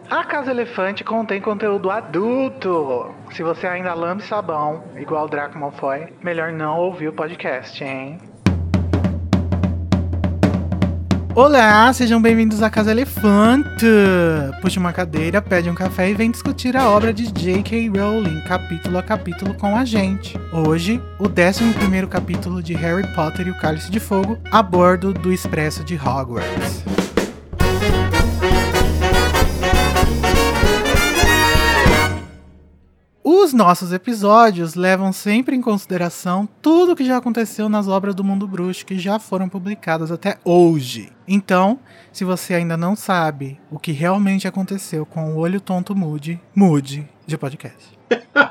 A Casa Elefante contém conteúdo adulto. Se você ainda lambe sabão, igual o Draco Malfoy, melhor não ouvir o podcast, hein? Olá, sejam bem-vindos à Casa Elefante. Puxe uma cadeira, pede um café e vem discutir a obra de J.K. Rowling, capítulo a capítulo com a gente. Hoje, o 11º capítulo de Harry Potter e o Cálice de Fogo, a bordo do Expresso de Hogwarts. Os nossos episódios levam sempre em consideração tudo o que já aconteceu nas obras do mundo bruxo que já foram publicadas até hoje. Então, se você ainda não sabe o que realmente aconteceu com o Olho Tonto Mude, mude de podcast.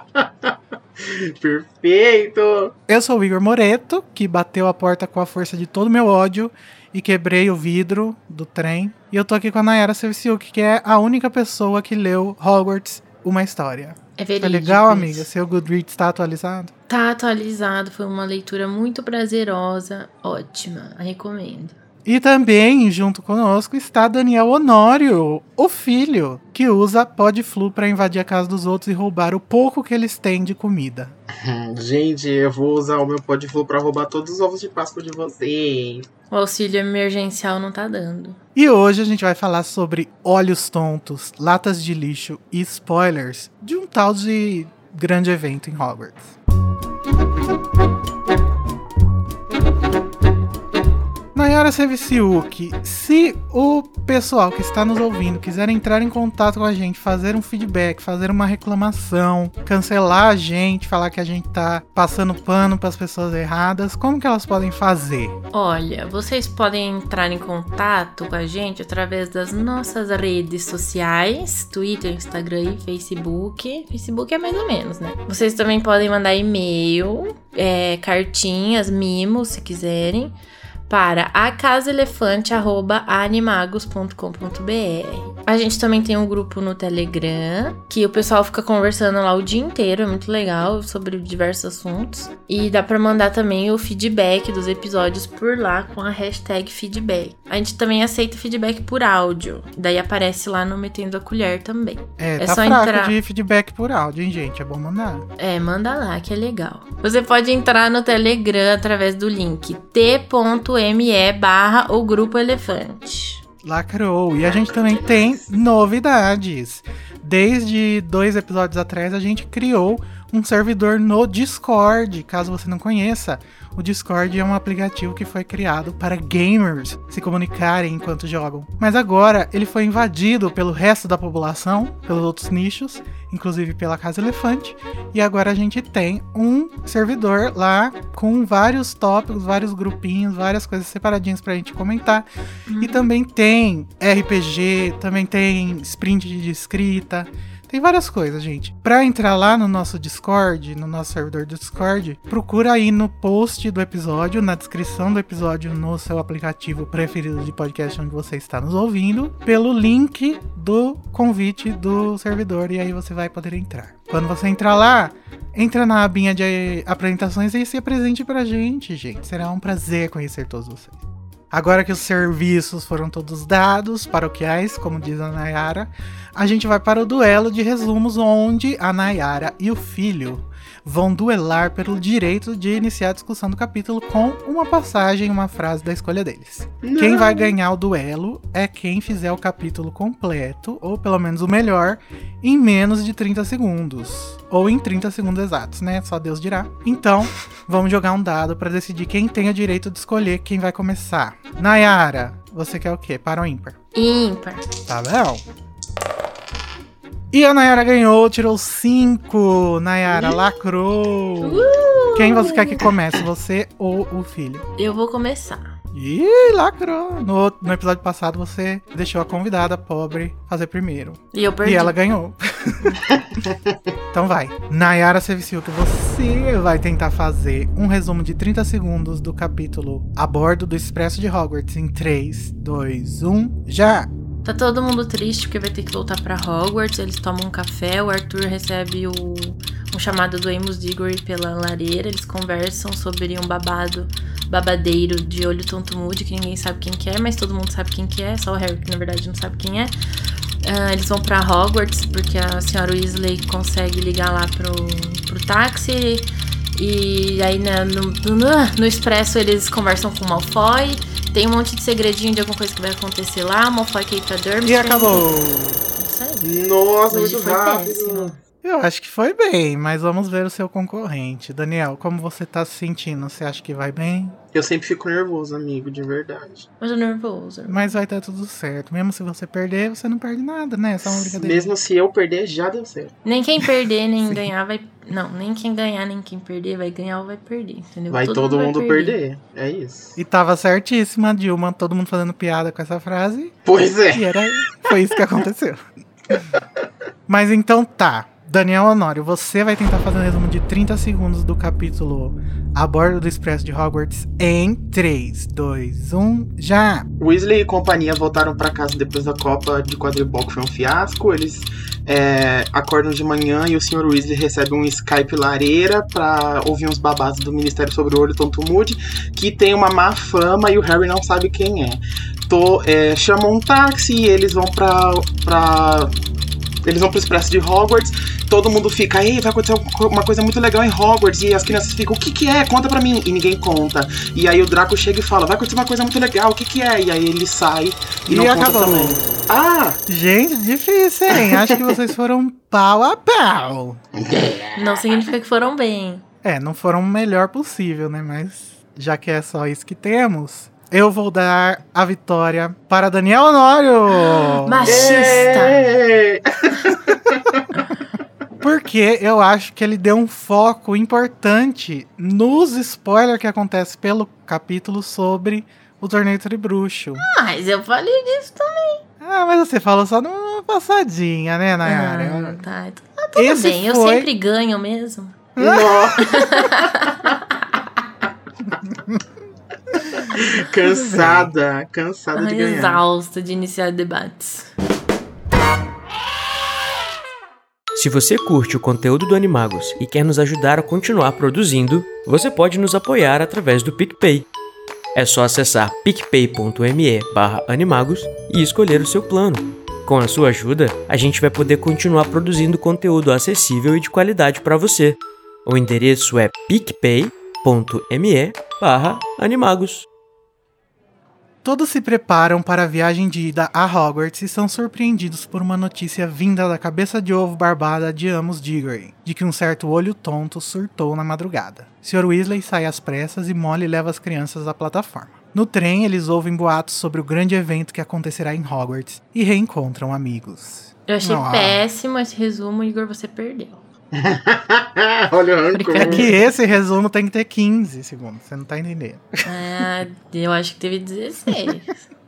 Perfeito! Eu sou o Igor Moreto, que bateu a porta com a força de todo o meu ódio e quebrei o vidro do trem. E eu tô aqui com a Nayara Sevciuk, que é a única pessoa que leu Hogwarts, uma história. É verídico. Foi legal, amiga? Seu Goodreads tá atualizado? Tá atualizado, foi uma leitura muito prazerosa, ótima, recomendo. E também, junto conosco, está Daniel Honório, o filho, que usa Podflu pra invadir a casa dos outros e roubar o pouco que eles têm de comida. Gente, eu vou usar o meu Podflu pra roubar todos os ovos de Páscoa de vocês. O auxílio emergencial não tá dando. E hoje a gente vai falar sobre olhos tontos, latas de lixo e spoilers de um tal de grande evento em Hogwarts. Nayara Sevciuk, se o pessoal que está nos ouvindo quiser entrar em contato com a gente, fazer um feedback, fazer uma reclamação, cancelar a gente, falar que a gente tá passando pano para as pessoas erradas, como que elas podem fazer? Olha, vocês podem entrar em contato com a gente através das nossas redes sociais, Twitter, Instagram e Facebook. Facebook é mais ou menos, né? Vocês também podem mandar e-mail, cartinhas, mimos, se quiserem, para acasaelefante@animagos.com.br. A gente também tem um grupo no Telegram, que o pessoal fica conversando lá o dia inteiro, é muito legal, sobre diversos assuntos. E dá pra mandar também o feedback dos episódios por lá com a hashtag feedback. A gente também aceita feedback por áudio, daí aparece lá no Metendo a Colher também. Tá só fraco entrar de feedback por áudio, hein, gente? É bom mandar. Manda lá, que é legal. Você pode entrar no Telegram através do link t.me/o Grupo Elefante. Lacrou. E a gente também tem novidades. Desde 2 episódios atrás, a gente criou um servidor no Discord. Caso você não conheça, o Discord é um aplicativo que foi criado para gamers se comunicarem enquanto jogam. Mas agora ele foi invadido pelo resto da população, pelos outros nichos, inclusive pela Casa Elefante. E agora a gente tem um servidor lá com vários tópicos, vários grupinhos, várias coisas separadinhas pra gente comentar. E também tem RPG, também tem sprint de escrita. Tem várias coisas, gente. Pra entrar lá no nosso Discord, no nosso servidor do Discord, procura aí no post do episódio, na descrição do episódio, no seu aplicativo preferido de podcast onde você está nos ouvindo, pelo link do convite do servidor, e aí você vai poder entrar. Quando você entrar lá, entra na abinha de apresentações e se apresente pra gente, gente. Será um prazer conhecer todos vocês. Agora que os serviços foram todos dados, paroquiais, como diz a Nayara, a gente vai para o duelo de resumos, onde a Nayara e o filho vão duelar pelo direito de iniciar a discussão do capítulo com uma passagem, uma frase da escolha deles. Não. Quem vai ganhar o duelo é quem fizer o capítulo completo, ou pelo menos o melhor, em menos de 30 segundos. Ou em 30 segundos exatos, né? Só Deus dirá. Então, vamos jogar um dado para decidir quem tem o direito de escolher quem vai começar. Nayara, você quer o quê? Par ou ímpar? Ímpar. Tá bom. E a Nayara ganhou, tirou 5. Nayara lacrou. Quem você quer que comece, você ou o filho? Eu vou começar. Ih, lacrou. No episódio passado você deixou a convidada pobre fazer primeiro. E eu perdi. E ela ganhou. Então vai. Nayara Sevciuk, você vai tentar fazer um resumo de 30 segundos do capítulo A Bordo do Expresso de Hogwarts em 3, 2, 1, já! Tá todo mundo triste porque vai ter que voltar pra Hogwarts. Eles tomam um café, o Arthur recebe um chamado do Amos Diggory pela lareira. Eles conversam sobre um babadeiro de Olho Tonto Mude, que ninguém sabe quem que é, mas todo mundo sabe quem que é. Só o Harry que na verdade não sabe quem é. Eles vão pra Hogwarts, porque a senhora Weasley consegue ligar lá pro táxi. E aí, né, no Expresso eles conversam com o Malfoy. Tem um monte de segredinho de alguma coisa que vai acontecer lá. O Malfoy quer ir pra Durmstrang. E acabou. Nossa, Hoje muito foi rápido. péssimo. Eu acho que foi bem, mas vamos ver o seu concorrente. Daniel, como você tá se sentindo? Você acha que vai bem? Eu sempre fico nervoso, amigo, de verdade. Mas eu tô nervoso. Mas vai dar tudo certo. Mesmo se você perder, você não perde nada, né? É só uma brincadeira. Mesmo se eu perder, já deu certo. Nem quem perder, nem ganhar vai... Não, nem quem ganhar, nem quem perder vai ganhar ou vai perder, entendeu? Vai todo mundo perder. É isso. E tava certíssima a Dilma, todo mundo fazendo piada com essa frase. Pois é. E foi isso que aconteceu. Mas então tá. Daniel Honório, você vai tentar fazer um resumo de 30 segundos do capítulo A Bordo do Expresso de Hogwarts em 3, 2, 1, já! Weasley e companhia voltaram pra casa depois da Copa de Quadribol, que foi um fiasco. Eles acordam de manhã e o Sr. Weasley recebe um Skype lareira pra ouvir uns babados do Ministério sobre o Olho Tonto Moody, que tem uma má fama e o Harry não sabe quem é. Chamam um táxi e eles vão Eles vão pro Expresso de Hogwarts, todo mundo fica, ei, vai acontecer uma coisa muito legal em Hogwarts, e as crianças ficam, o que é? Conta pra mim. E ninguém conta. E aí o Draco chega e fala, vai acontecer uma coisa muito legal, o que é? E aí ele sai e não conta acabou. também. Ah! Gente, difícil, hein? Acho que vocês foram pau a pau. Não significa que foram bem. Não foram o melhor possível, né? Mas já que é só isso que temos, eu vou dar a vitória para Daniel Honório. Machista! Porque eu acho que ele deu um foco importante nos spoilers que acontece pelo capítulo sobre o torneio Tribruxo. Mas eu falei disso também. Mas você falou só numa passadinha, né, Nayara? Tá. Tudo bem, eu sempre ganho mesmo. Cansada de ganhar. Exausta de iniciar debates. Se você curte o conteúdo do Animagos e quer nos ajudar a continuar produzindo, você pode nos apoiar através do PicPay. É só acessar picpay.me/animagos e escolher o seu plano. Com a sua ajuda, a gente vai poder continuar produzindo conteúdo acessível e de qualidade para você. O endereço é picpay.me/animagos. Todos se preparam para a viagem de ida a Hogwarts e são surpreendidos por uma notícia vinda da cabeça de ovo barbada de Amos Diggory, de que um certo olho tonto surtou na madrugada. Sr. Weasley sai às pressas e Molly leva as crianças à plataforma. No trem, eles ouvem boatos sobre o grande evento que acontecerá em Hogwarts e reencontram amigos. Eu achei péssimo esse resumo, Igor, você perdeu. Olha o rancor. É que esse resumo tem que ter 15 segundos, você não tá entendendo. Eu acho que teve 16.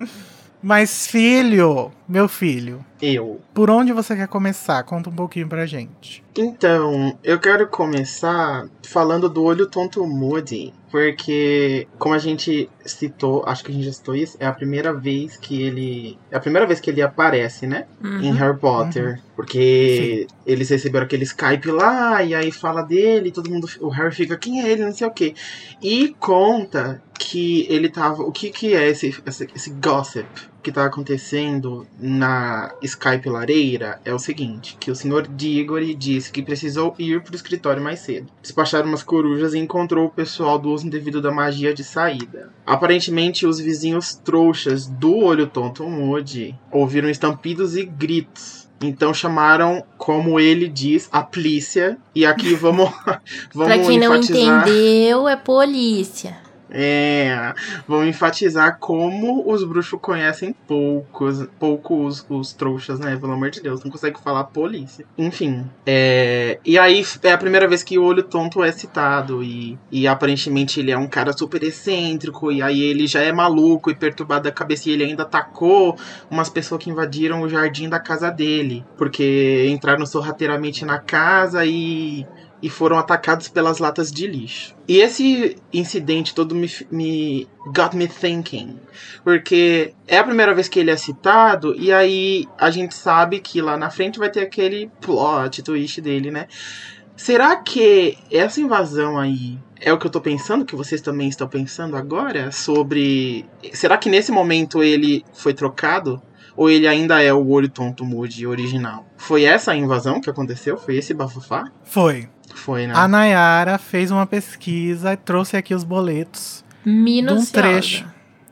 Mas meu filho, por onde você quer começar? Conta um pouquinho pra gente. Então, eu quero começar falando do Olho Tonto Moody, porque, como a gente citou, acho que a gente já citou isso, é a primeira vez que ele aparece, né? Em Harry Potter. Porque eles receberam aquele Skype lá, e aí fala dele, o Harry fica, quem é ele? Não sei o quê. E conta que ele tava... O que é esse gossip que tá acontecendo na Skype lareira? É o seguinte, que o Sr. Diggory disse que precisou ir pro escritório mais cedo. Despacharam umas corujas e encontrou o pessoal do uso indevido da magia de saída. Aparentemente, os vizinhos trouxas do Olho Tonto Moody ouviram estampidos e gritos. Então chamaram, como ele diz, a polícia. E aqui vamos pra quem não enfatizar... entendeu, é polícia. Vamos enfatizar como os bruxos conhecem pouco os trouxas, né? Pelo amor de Deus, não consegue falar polícia. Enfim, e aí é a primeira vez que o Olho Tonto é citado e aparentemente ele é um cara super excêntrico e aí ele já é maluco e perturbado da cabeça e ele ainda atacou umas pessoas que invadiram o jardim da casa dele, porque entraram sorrateiramente na casa e foram atacados pelas latas de lixo. E esse incidente todo me got me thinking, porque é a primeira vez que ele é citado, e aí a gente sabe que lá na frente vai ter aquele plot twist dele, né? Será que essa invasão aí é o que eu tô pensando, que vocês também estão pensando agora? Será que nesse momento ele foi trocado? Ou ele ainda é o Olho Tonto Moody original? Foi essa a invasão que aconteceu? Foi esse bafafá? Foi, né? A Nayara fez uma pesquisa e trouxe aqui os boletos de um trecho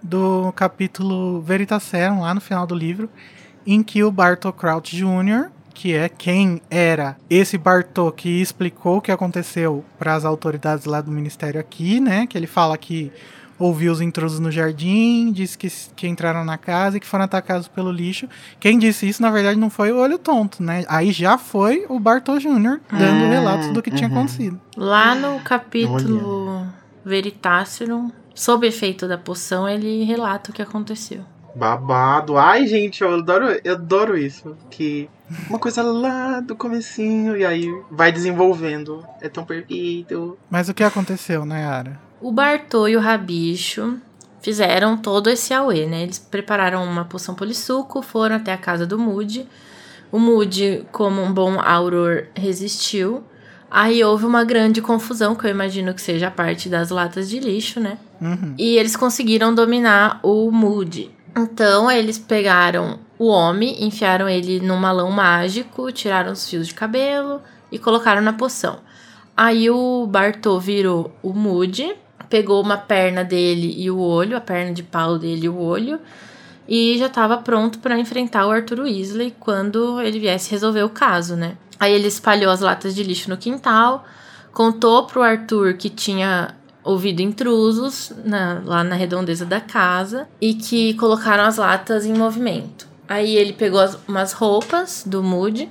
do capítulo Veritaserum, lá no final do livro, em que o Bartol Crouch Jr., que é quem era esse Bartol que explicou o que aconteceu para as autoridades lá do ministério aqui, né? Que ele fala que ouviu os intrusos no jardim, disse que entraram na casa e que foram atacados pelo lixo. Quem disse isso, na verdade, não foi o Olho Tonto, né? Aí já foi o Bartol Jr. dando relatos do que tinha acontecido. Lá no capítulo Veritaserum, sob efeito da poção, ele relata o que aconteceu. Babado. Ai, gente, eu adoro isso. Que uma coisa lá do comecinho e aí vai desenvolvendo. É tão perfeito. Mas o que aconteceu, Nayara? O Bartol e o Rabicho fizeram todo esse auê, né? Eles prepararam uma poção polissuco, foram até a casa do Moody. O Moody, como um bom Auror, resistiu. Aí houve uma grande confusão, que eu imagino que seja a parte das latas de lixo, né? Uhum. E eles conseguiram dominar o Moody. Então, eles pegaram o homem, enfiaram ele num malão mágico, tiraram os fios de cabelo e colocaram na poção. Aí o Bartol virou o Moody, pegou uma perna dele e o olho, a perna de pau dele e o olho, e já estava pronto para enfrentar o Arthur Weasley quando ele viesse resolver o caso, né? Aí ele espalhou as latas de lixo no quintal, contou pro Arthur que tinha ouvido intrusos lá na redondeza da casa e que colocaram as latas em movimento. Aí ele pegou umas roupas do Moody,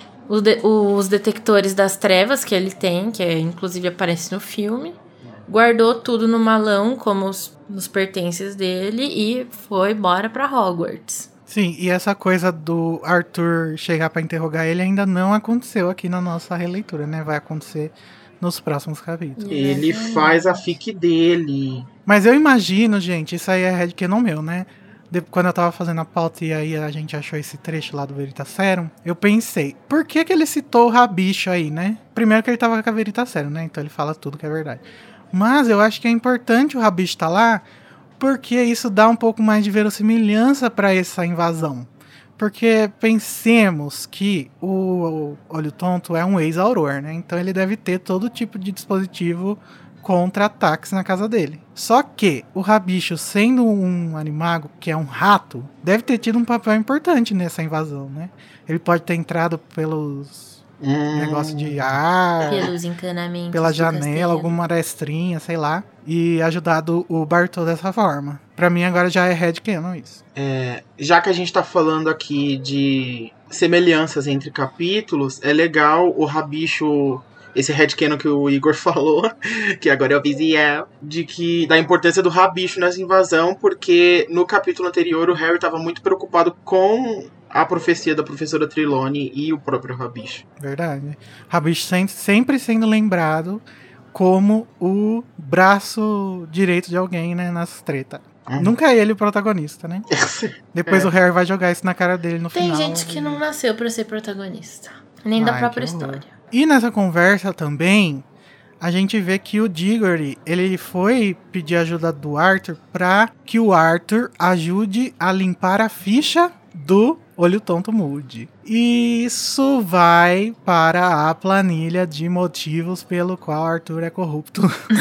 os detectores das trevas que ele tem, que inclusive aparece no filme, guardou tudo no malão como os pertences dele e foi embora pra Hogwarts. Sim, e essa coisa do Arthur chegar pra interrogar ele ainda não aconteceu aqui na nossa releitura, né? Vai acontecer nos próximos capítulos. Ele faz a fic dele. Mas eu imagino, gente, isso aí é headcanon meu, né? Quando eu tava fazendo a pauta e aí a gente achou esse trecho lá do Veritaserum, eu pensei, por que ele citou o Rabicho aí, né? Primeiro que ele tava com a Veritaserum, né? Então ele fala tudo que é verdade. Mas eu acho que é importante o Rabicho estar lá, porque isso dá um pouco mais de verossimilhança para essa invasão. Porque pensemos que o Olho Tonto é um ex-Auror, né? Então ele deve ter todo tipo de dispositivo contra ataques na casa dele. Só que o Rabicho, sendo um animago, que é um rato, deve ter tido um papel importante nessa invasão, né? Ele pode ter entrado pelos negócios de ar, pelos encanamentos, pela janela, alguma arestrinha, sei lá, e ajudado o Bartol dessa forma. Pra mim agora já é headcanon isso. Já que a gente tá falando aqui de semelhanças entre capítulos, é legal o Rabicho, esse headcanon que o Igor falou, que agora é o Viziel, da importância do Rabicho nessa invasão, porque no capítulo anterior o Harry tava muito preocupado com a profecia da professora Trelawney e o próprio Rabicho. Verdade. Rabicho sempre sendo lembrado como o braço direito de alguém, né, nas tretas. Nunca é ele o protagonista, né? Depois o Harry vai jogar isso na cara dele no final. Tem gente que não nasceu pra ser protagonista. Nem da própria história. E nessa conversa também, a gente vê que o Diggory, ele foi pedir ajuda do Arthur pra que o Arthur ajude a limpar a ficha do Olho Tonto Moody. Isso vai para a planilha de motivos pelo qual Arthur é corrupto.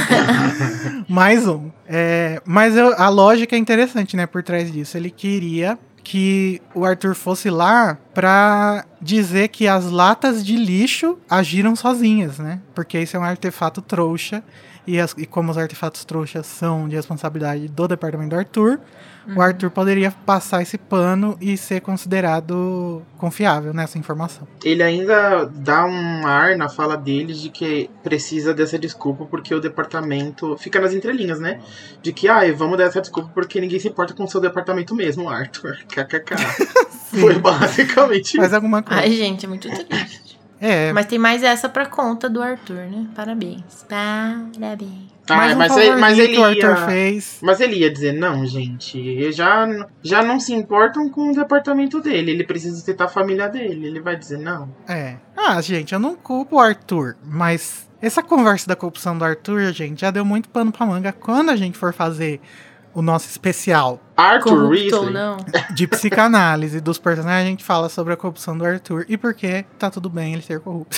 Mais um. Mas a lógica é interessante, né, por trás disso. Ele queria que o Arthur fosse lá pra dizer que as latas de lixo agiram sozinhas, né? Porque isso é um artefato trouxa. E como os artefatos trouxas são de responsabilidade do departamento do Arthur, o Arthur poderia passar esse pano e ser considerado confiável nessa informação. Ele ainda dá um ar na fala dele de que precisa dessa desculpa porque o departamento... Fica nas entrelinhas, né? De que, vamos dar essa desculpa porque ninguém se importa com o seu departamento mesmo, Arthur. KKK. Foi basicamente Faz alguma coisa. Ai, gente, é muito triste. Mas tem mais essa pra conta do Arthur, né? Parabéns. Parabéns. Mas ele que o Arthur fez. Mas ele ia dizer, não, gente, já não se importam com o departamento dele. Ele precisa citar a família dele. Ele vai dizer não. Gente, eu não culpo o Arthur, mas essa conversa da corrupção do Arthur, gente, já deu muito pano pra manga. Quando a gente for fazer o nosso especial Arthur Corrupto ou Weasley. não. de psicanálise dos personagens, a gente fala sobre a corrupção do Arthur e por que tá tudo bem ele ser corrupto.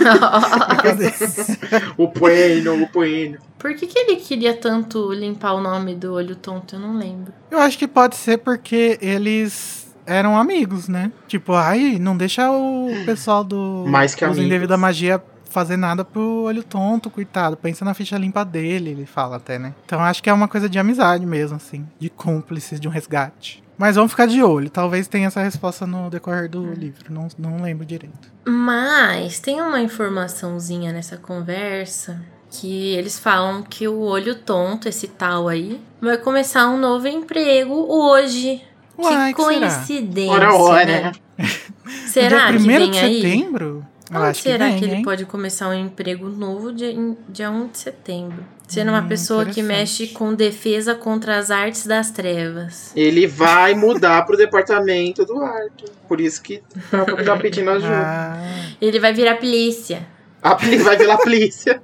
O Bueno. Por que ele queria tanto limpar o nome do Olho Tonto? Eu não lembro. Eu acho que pode ser porque eles eram amigos, né? Tipo, ai, não deixa o pessoal do Mais que os amigos. Indevidos da Magia fazer nada pro Olho Tonto, coitado. Pensa na ficha limpa dele, ele fala até, né? Então acho que é uma coisa de amizade mesmo, assim. De cúmplices, de um resgate. Mas vamos ficar de olho. Talvez tenha essa resposta no decorrer do livro. Não lembro direito. Mas tem uma informaçãozinha nessa conversa que eles falam que o Olho Tonto, esse tal aí, vai começar um novo emprego hoje. Uai, que que será? coincidência, Ora. né? Será Dia que 1º vem de aí? setembro? Eu Onde acho será vem, que ele hein? pode começar um emprego novo dia 1 de setembro? Sendo uma pessoa que interessante. mexe com defesa contra as artes das trevas. Ele vai mudar pro departamento do Arthur. Por isso que tá pedindo ajuda. Ah, Ele vai virar polícia. Vai pela polícia.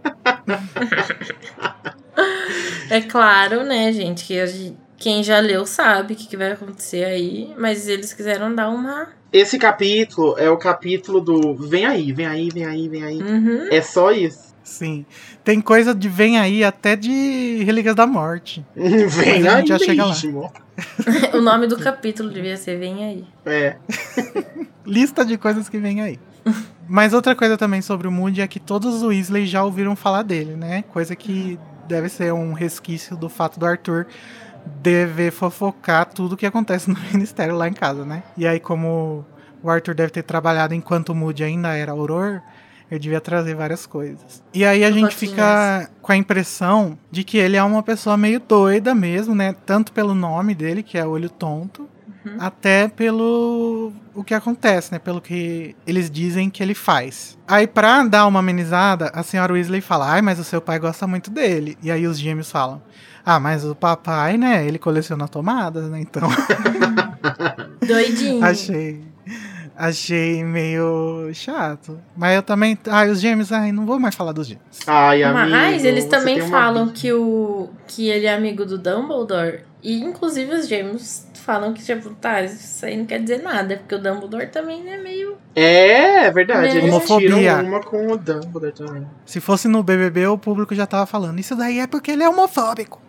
É claro, né, gente, que quem já leu sabe o que vai acontecer aí. Mas eles quiseram dar uma... Esse capítulo é o capítulo do vem aí. Uhum. É só isso. sim. Tem coisa de vem aí até de Relíquias da Morte. Vem Mas a aí gente já chega lá. mesmo. O nome do capítulo devia ser Vem Aí. É. Lista de coisas que vem aí. Mas outra coisa também sobre o Moody é que todos os Weasley já ouviram falar dele, né? Coisa que deve ser um resquício do fato do Arthur dever fofocar tudo que acontece no ministério lá em casa, né? E aí, como o Arthur deve ter trabalhado enquanto o Moody ainda era auror, ele devia trazer várias coisas. E aí a gente fica com a impressão de que ele é uma pessoa meio doida mesmo, né? Tanto pelo nome dele, que é Olho Tonto, até pelo o que acontece, né? Pelo que eles dizem que ele faz. Aí, pra dar uma amenizada, a senhora Weasley fala: ai, mas o seu pai gosta muito dele. E aí os gêmeos falam: ah, mas o papai, né? Ele coleciona tomadas, né? Então... Doidinho. Achei meio chato. Mas eu também... ai, os gêmeos... ai, não vou mais falar dos gêmeos. Ai, amigo, Mas eles você também tem uma falam vida. que ele é amigo do Dumbledore. E inclusive os gêmeos falam que, tipo, tá, isso aí não quer dizer nada. Porque o Dumbledore também é meio... É verdade. Eles Homofobia. tiram uma com o Dumbledore também. Se fosse no BBB, o público já tava falando: isso daí é porque ele é homofóbico.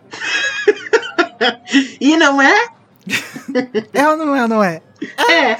E não é? É ou não é, não é? É.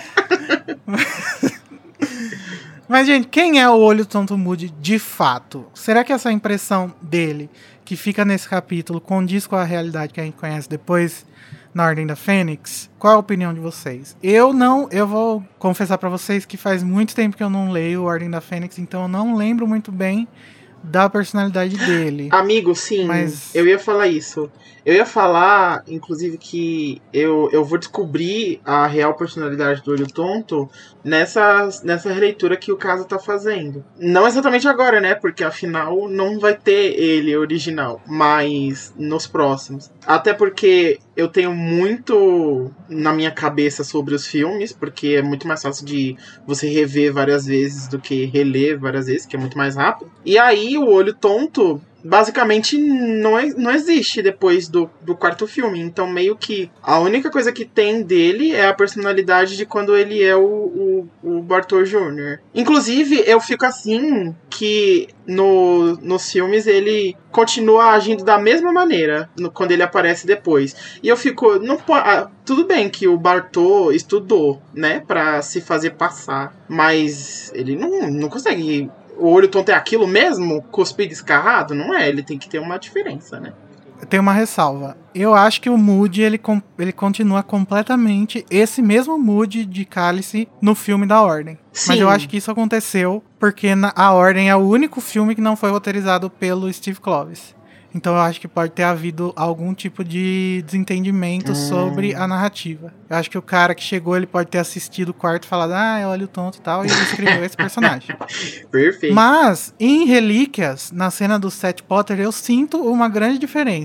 Mas, gente, quem é o Olho Tonto Moody de fato? Será que essa impressão dele, que fica nesse capítulo, condiz com a realidade que a gente conhece depois na Ordem da Fênix? Qual a opinião de vocês? Eu vou confessar pra vocês que faz muito tempo que eu não leio Ordem da Fênix, então eu não lembro muito bem da personalidade dele. Amigo, sim, Mas- eu ia falar isso. Eu ia falar, inclusive, que eu vou descobrir a real personalidade do Olho Tonto nessa releitura que o Casa tá fazendo. Não exatamente agora, né? Porque afinal não vai ter ele original, mas nos próximos. Até porque eu tenho muito na minha cabeça sobre os filmes, porque é muito mais fácil de você rever várias vezes do que reler várias vezes, que é muito mais rápido. E aí o Olho Tonto basicamente não existe depois do quarto filme. Então meio que a única coisa que tem dele é a personalidade de quando ele é o Bartol Jr. Inclusive, eu fico assim que nos filmes ele continua agindo da mesma maneira quando ele aparece depois. E eu fico... tudo bem que o Bartol estudou, né? Pra se fazer passar. Mas ele não consegue... O Olho Tonto é aquilo mesmo? Cuspido escarrado? Não é, ele tem que ter uma diferença, né? Tem uma ressalva. Eu acho que o Moody, ele continua completamente esse mesmo Moody de Cálice no filme da Ordem. Sim. Mas eu acho que isso aconteceu porque a Ordem é o único filme que não foi roteirizado pelo Steve Kloves. Então eu acho que pode ter havido algum tipo de desentendimento sobre a narrativa. Eu acho que o cara que chegou, ele pode ter assistido o quarto e falado: ah, é Olho Tonto e tal, e ele escreveu esse personagem. Perfeito. Mas, em Relíquias, na cena do Seth Potter, eu sinto uma grande diferença.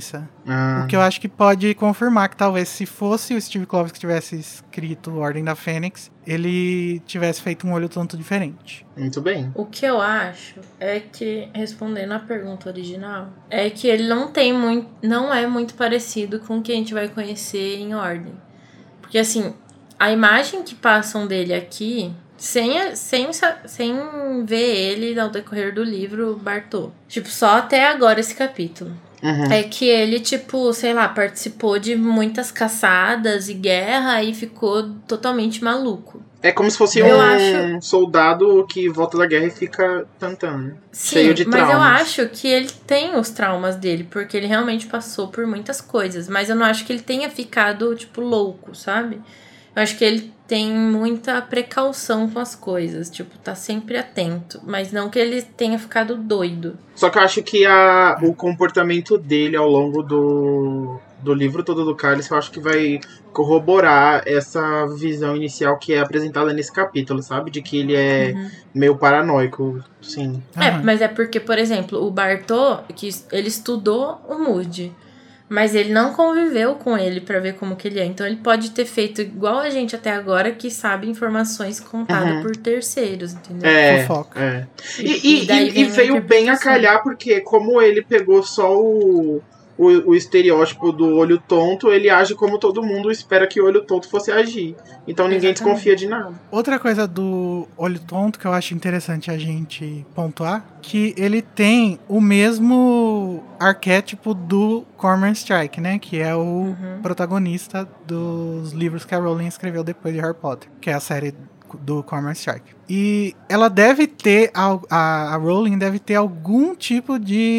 Ah. O que eu acho que pode confirmar que talvez se fosse o Steve Kloves que tivesse escrito Ordem da Fênix, ele tivesse feito um olho tonto diferente. Muito bem. O que eu acho é que, respondendo a pergunta original, é que ele não é muito parecido com o que a gente vai conhecer em Ordem. Porque, assim, a imagem que passam dele aqui, sem ver ele ao decorrer do livro, Bartô. Tipo, só até agora esse capítulo. Uhum. É que ele, tipo, sei lá, participou de muitas caçadas e guerra e ficou totalmente maluco. É como se fosse soldado que volta da guerra e fica tantando. Sim, cheio de mas traumas. eu acho que ele tem os traumas dele, porque ele realmente passou por muitas coisas. Mas eu não acho que ele tenha ficado, tipo, louco, sabe? Eu acho que ele tem muita precaução com as coisas, tipo, tá sempre atento. Mas não que ele tenha ficado doido. Só que eu acho que o comportamento dele ao longo do livro todo do Cálice, eu acho que vai corroborar essa visão inicial que é apresentada nesse capítulo, sabe? De que ele é meio paranoico, sim. Mas é porque, por exemplo, o Bartô, que ele estudou o Moody, mas ele não conviveu com ele pra ver como que ele é. Então ele pode ter feito igual a gente até agora, que sabe informações contadas por terceiros, entendeu? Fofoca. E veio bem a calhar, porque como ele pegou só o estereótipo do olho tonto, ele age como todo mundo espera que o olho tonto fosse agir. Então ninguém desconfia de nada. Outra coisa do olho tonto que eu acho interessante a gente pontuar, que ele tem o mesmo arquétipo do Cormoran Strike, né? Que é o protagonista dos livros que a Rowling escreveu depois de Harry Potter, que é a série do Cormoran Strike. E ela deve ter, a Rowling deve ter algum tipo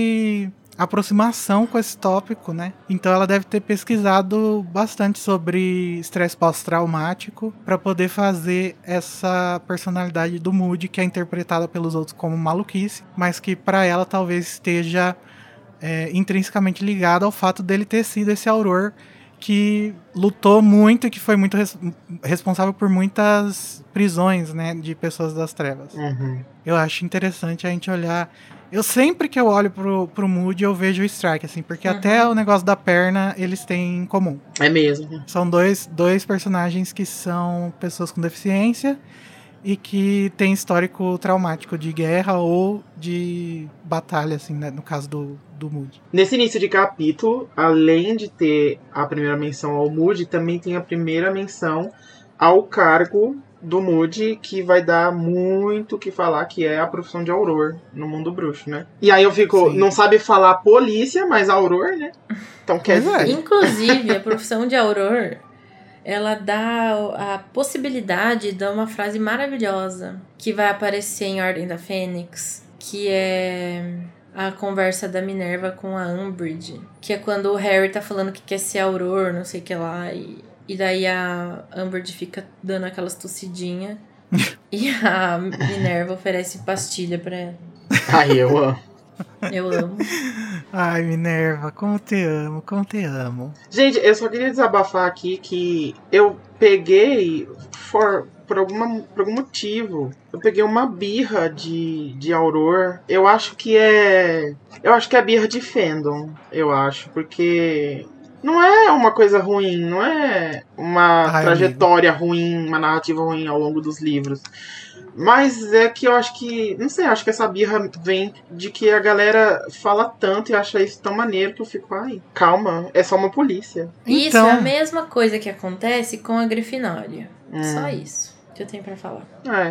de aproximação com esse tópico, né? Então ela deve ter pesquisado bastante sobre estresse pós-traumático para poder fazer essa personalidade do Moody, que é interpretada pelos outros como maluquice, mas que para ela talvez esteja intrinsecamente ligado ao fato dele ter sido esse auror que lutou muito e que foi muito responsável por muitas prisões, né, de pessoas das trevas. Eu acho interessante a gente olhar. Eu sempre que eu olho pro Moody, eu vejo o Strike, assim, porque até o negócio da perna eles têm em comum. É mesmo. São dois personagens que são pessoas com deficiência e que têm histórico traumático de guerra ou de batalha, assim, né, no caso do Moody. Nesse início de capítulo, além de ter a primeira menção ao Moody, também tem a primeira menção ao cargo do Moody, que vai dar muito o que falar, que é a profissão de auror no mundo bruxo, né? E aí eu fico, não sabe falar polícia, mas auror, né? Então quer dizer... Inclusive, a profissão de auror, ela dá a possibilidade de uma frase maravilhosa que vai aparecer em Ordem da Fênix, que é a conversa da Minerva com a Umbridge, que é quando o Harry tá falando que quer ser auror, não sei o que lá, e daí a Umbridge fica dando aquelas tossidinhas e a Minerva oferece pastilha pra ela. Ai, eu amo. Eu amo. Ai, Minerva, como te amo, como te amo. Gente, eu só queria desabafar aqui que eu peguei, por algum motivo, eu peguei uma birra de auror. Eu acho que é birra de fandom, eu acho, porque... Não é uma coisa ruim, não é uma trajetória ruim, uma narrativa ruim ao longo dos livros. Mas é que eu acho que... Não sei, acho que essa birra vem de que a galera fala tanto e acha isso tão maneiro que eu fico... Ai, calma, é só uma polícia. Isso é a mesma coisa que acontece com a Grifinória. Só isso que eu tenho pra falar.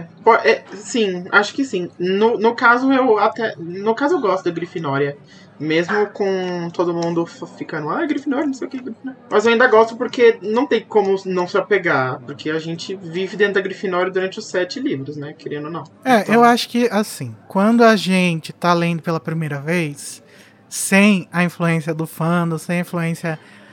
Sim, acho que sim. No caso, eu gosto da Grifinória. Mesmo com todo mundo ficando, Grifinória, não sei o que, Grifinória. Mas eu ainda gosto porque não tem como não se apegar. Porque a gente vive dentro da Grifinória durante os 7 livros, né? Querendo ou não. Então... eu acho que, assim, quando a gente tá lendo pela primeira vez, sem a influência do fandom, sem a influência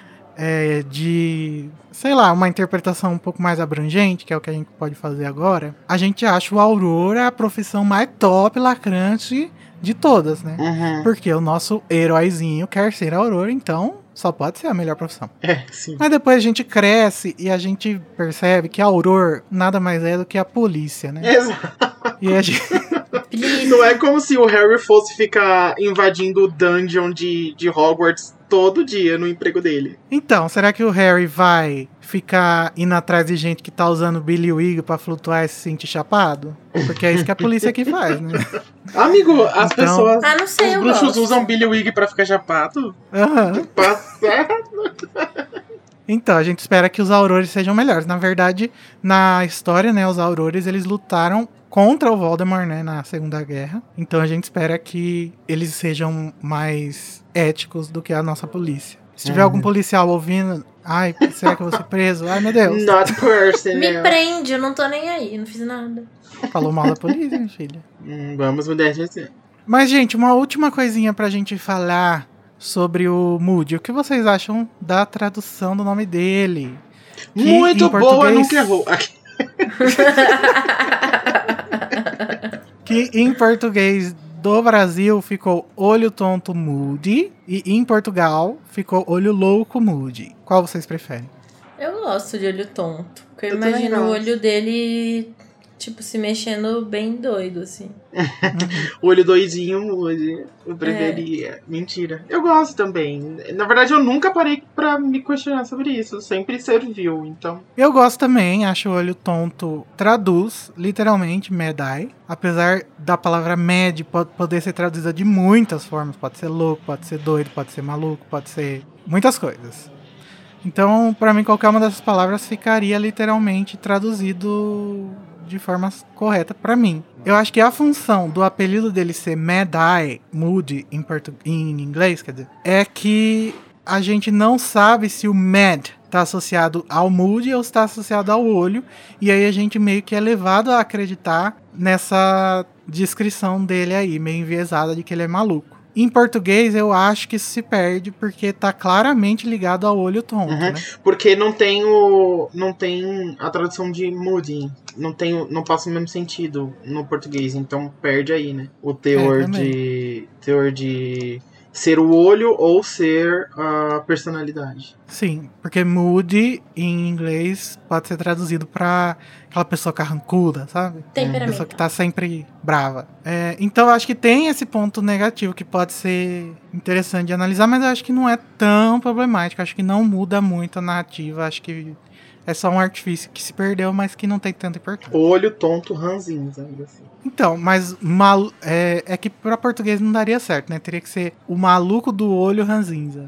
de, sei lá, uma interpretação um pouco mais abrangente, que é o que a gente pode fazer agora, a gente acha o Aurora a profissão mais top, lacrante de todas, né? Porque o nosso heróizinho quer ser Aurora, então só pode ser a melhor profissão. Sim. Mas depois a gente cresce e a gente percebe que a Aurora nada mais é do que a polícia, né? Exato. E a gente... Please. Não é como se o Harry fosse ficar invadindo o dungeon de Hogwarts todo dia no emprego dele. Então, será que o Harry vai ficar indo atrás de gente que tá usando Billy Wig pra flutuar e se sentir chapado? Porque é isso que a polícia aqui faz, né? Amigo, as Então- pessoas... Ah, não sei, os eu bruxos gosto. usam Billy Wig pra ficar chapado? Aham. Passado. Então, a gente espera que os Aurores sejam melhores. Na verdade, na história, né, os Aurores, eles lutaram contra o Voldemort, né, na Segunda Guerra. Então a gente espera que eles sejam mais éticos do que a nossa polícia. Se tiver algum policial ouvindo, ai, será que eu vou ser preso? Ai, meu Deus. Not Me personal. prende, eu não tô nem aí, não fiz nada. Falou mal da polícia, minha filha. Vamos mudar de assunto. Mas, gente, uma última coisinha pra gente falar sobre o Moody. O que vocês acham da tradução do nome dele? Que Muito em boa, português- nunca errou. Que em português do Brasil ficou Olho Tonto Moody e em Portugal ficou Olho Louco Moody. Qual vocês preferem? Eu gosto de olho tonto. Porque eu Eu também imagino o gosto. olho dele, tipo, se mexendo bem doido, assim. Olho doidinho mude. Eu preferia. Mentira. Eu gosto também. Na verdade, eu nunca parei pra me questionar sobre isso. Sempre serviu, então. Eu gosto também, acho o Olho Tonto traduz literalmente Mad-Eye. Apesar da palavra mad poder ser traduzida de muitas formas. Pode ser louco, pode ser doido, pode ser maluco, pode ser muitas coisas. Então, pra mim, qualquer uma dessas palavras ficaria literalmente traduzido de forma correta pra mim. Eu acho que a função do apelido dele ser Mad-Eye, Moody em inglês, quer dizer, é que a gente não sabe se o Mad está associado ao Moody ou está associado ao olho, e aí a gente meio que é levado a acreditar nessa descrição dele aí, meio enviesada de que ele é maluco. Em português, eu acho que isso se perde, porque tá claramente ligado ao olho tonto, né? Porque não tem a tradução de moody. Não passa o mesmo sentido no português. Então perde aí, né? O teor de ser o olho ou ser a personalidade. Sim, porque moody em inglês pode ser traduzido pra aquela pessoa carrancuda, sabe? Temperamento. Pessoa que tá sempre brava. Então eu acho que tem esse ponto negativo que pode ser interessante de analisar, mas eu acho que não é tão problemático. Acho que não muda muito a narrativa. Acho que é só um artifício que se perdeu, mas que não tem tanta importância. Olho tonto, ranzinza, assim. Então, mas é que pra português não daria certo, né? Teria que ser o maluco do olho ranzinza.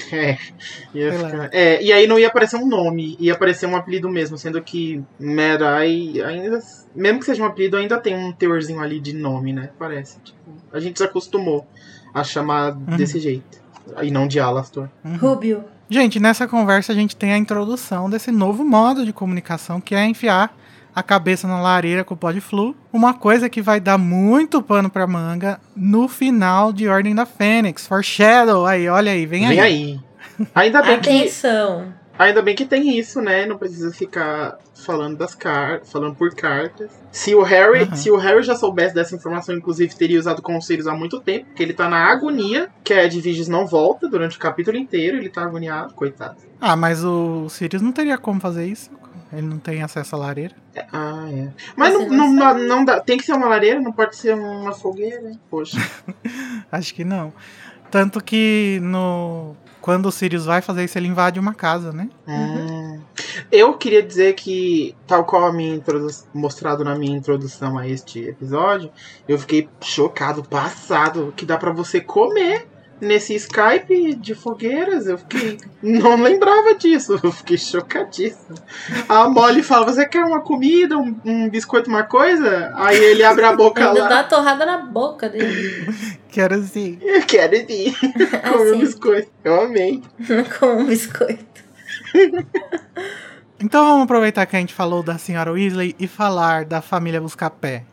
Ia Sei lá. ficar... e aí não ia aparecer um nome, ia aparecer um apelido mesmo, sendo que Mad-Eye, ainda, mesmo que seja um apelido, ainda tem um teorzinho ali de nome, né? Parece. Tipo, a gente se acostumou a chamar desse jeito. E não de Alastor. Rubio. Gente, nessa conversa a gente tem a introdução desse novo modo de comunicação, que é enfiar a cabeça na lareira com o pó de flu. Uma coisa que vai dar muito pano pra manga no final de Ordem da Fênix. Foreshadow, aí, olha aí, vem aí. Vem aí. Ainda bem que... Atenção. Ainda bem que tem isso, né? Não precisa ficar falando falando por cartas. Se o Harry já soubesse dessa informação, inclusive teria usado conselhos há muito tempo, porque ele tá na agonia, que a Edviges não volta durante o capítulo inteiro, ele tá agoniado, coitado. Ah, mas o Sirius não teria como fazer isso. Ele não tem acesso à lareira. Mas Você não dá. Tem que ser uma lareira, não pode ser uma fogueira. Poxa. Acho que não. Tanto que quando o Sirius vai fazer isso, ele invade uma casa, né? Eu queria dizer que, tal qual mostrado na minha introdução a este episódio, eu fiquei chocado, passado, que dá pra você comer nesse Skype de fogueiras. Eu fiquei... Não lembrava disso. Eu fiquei chocadíssimo. A Molly fala, você quer uma comida, um biscoito, uma coisa? Aí ele abre a boca Ainda lá. dá uma torrada na boca dele. Quero sim. Eu quero ir comer um Assim. biscoito. Eu amei. Com um biscoito. Então vamos aproveitar que a gente falou da Senhora Weasley e falar da família Buscapé.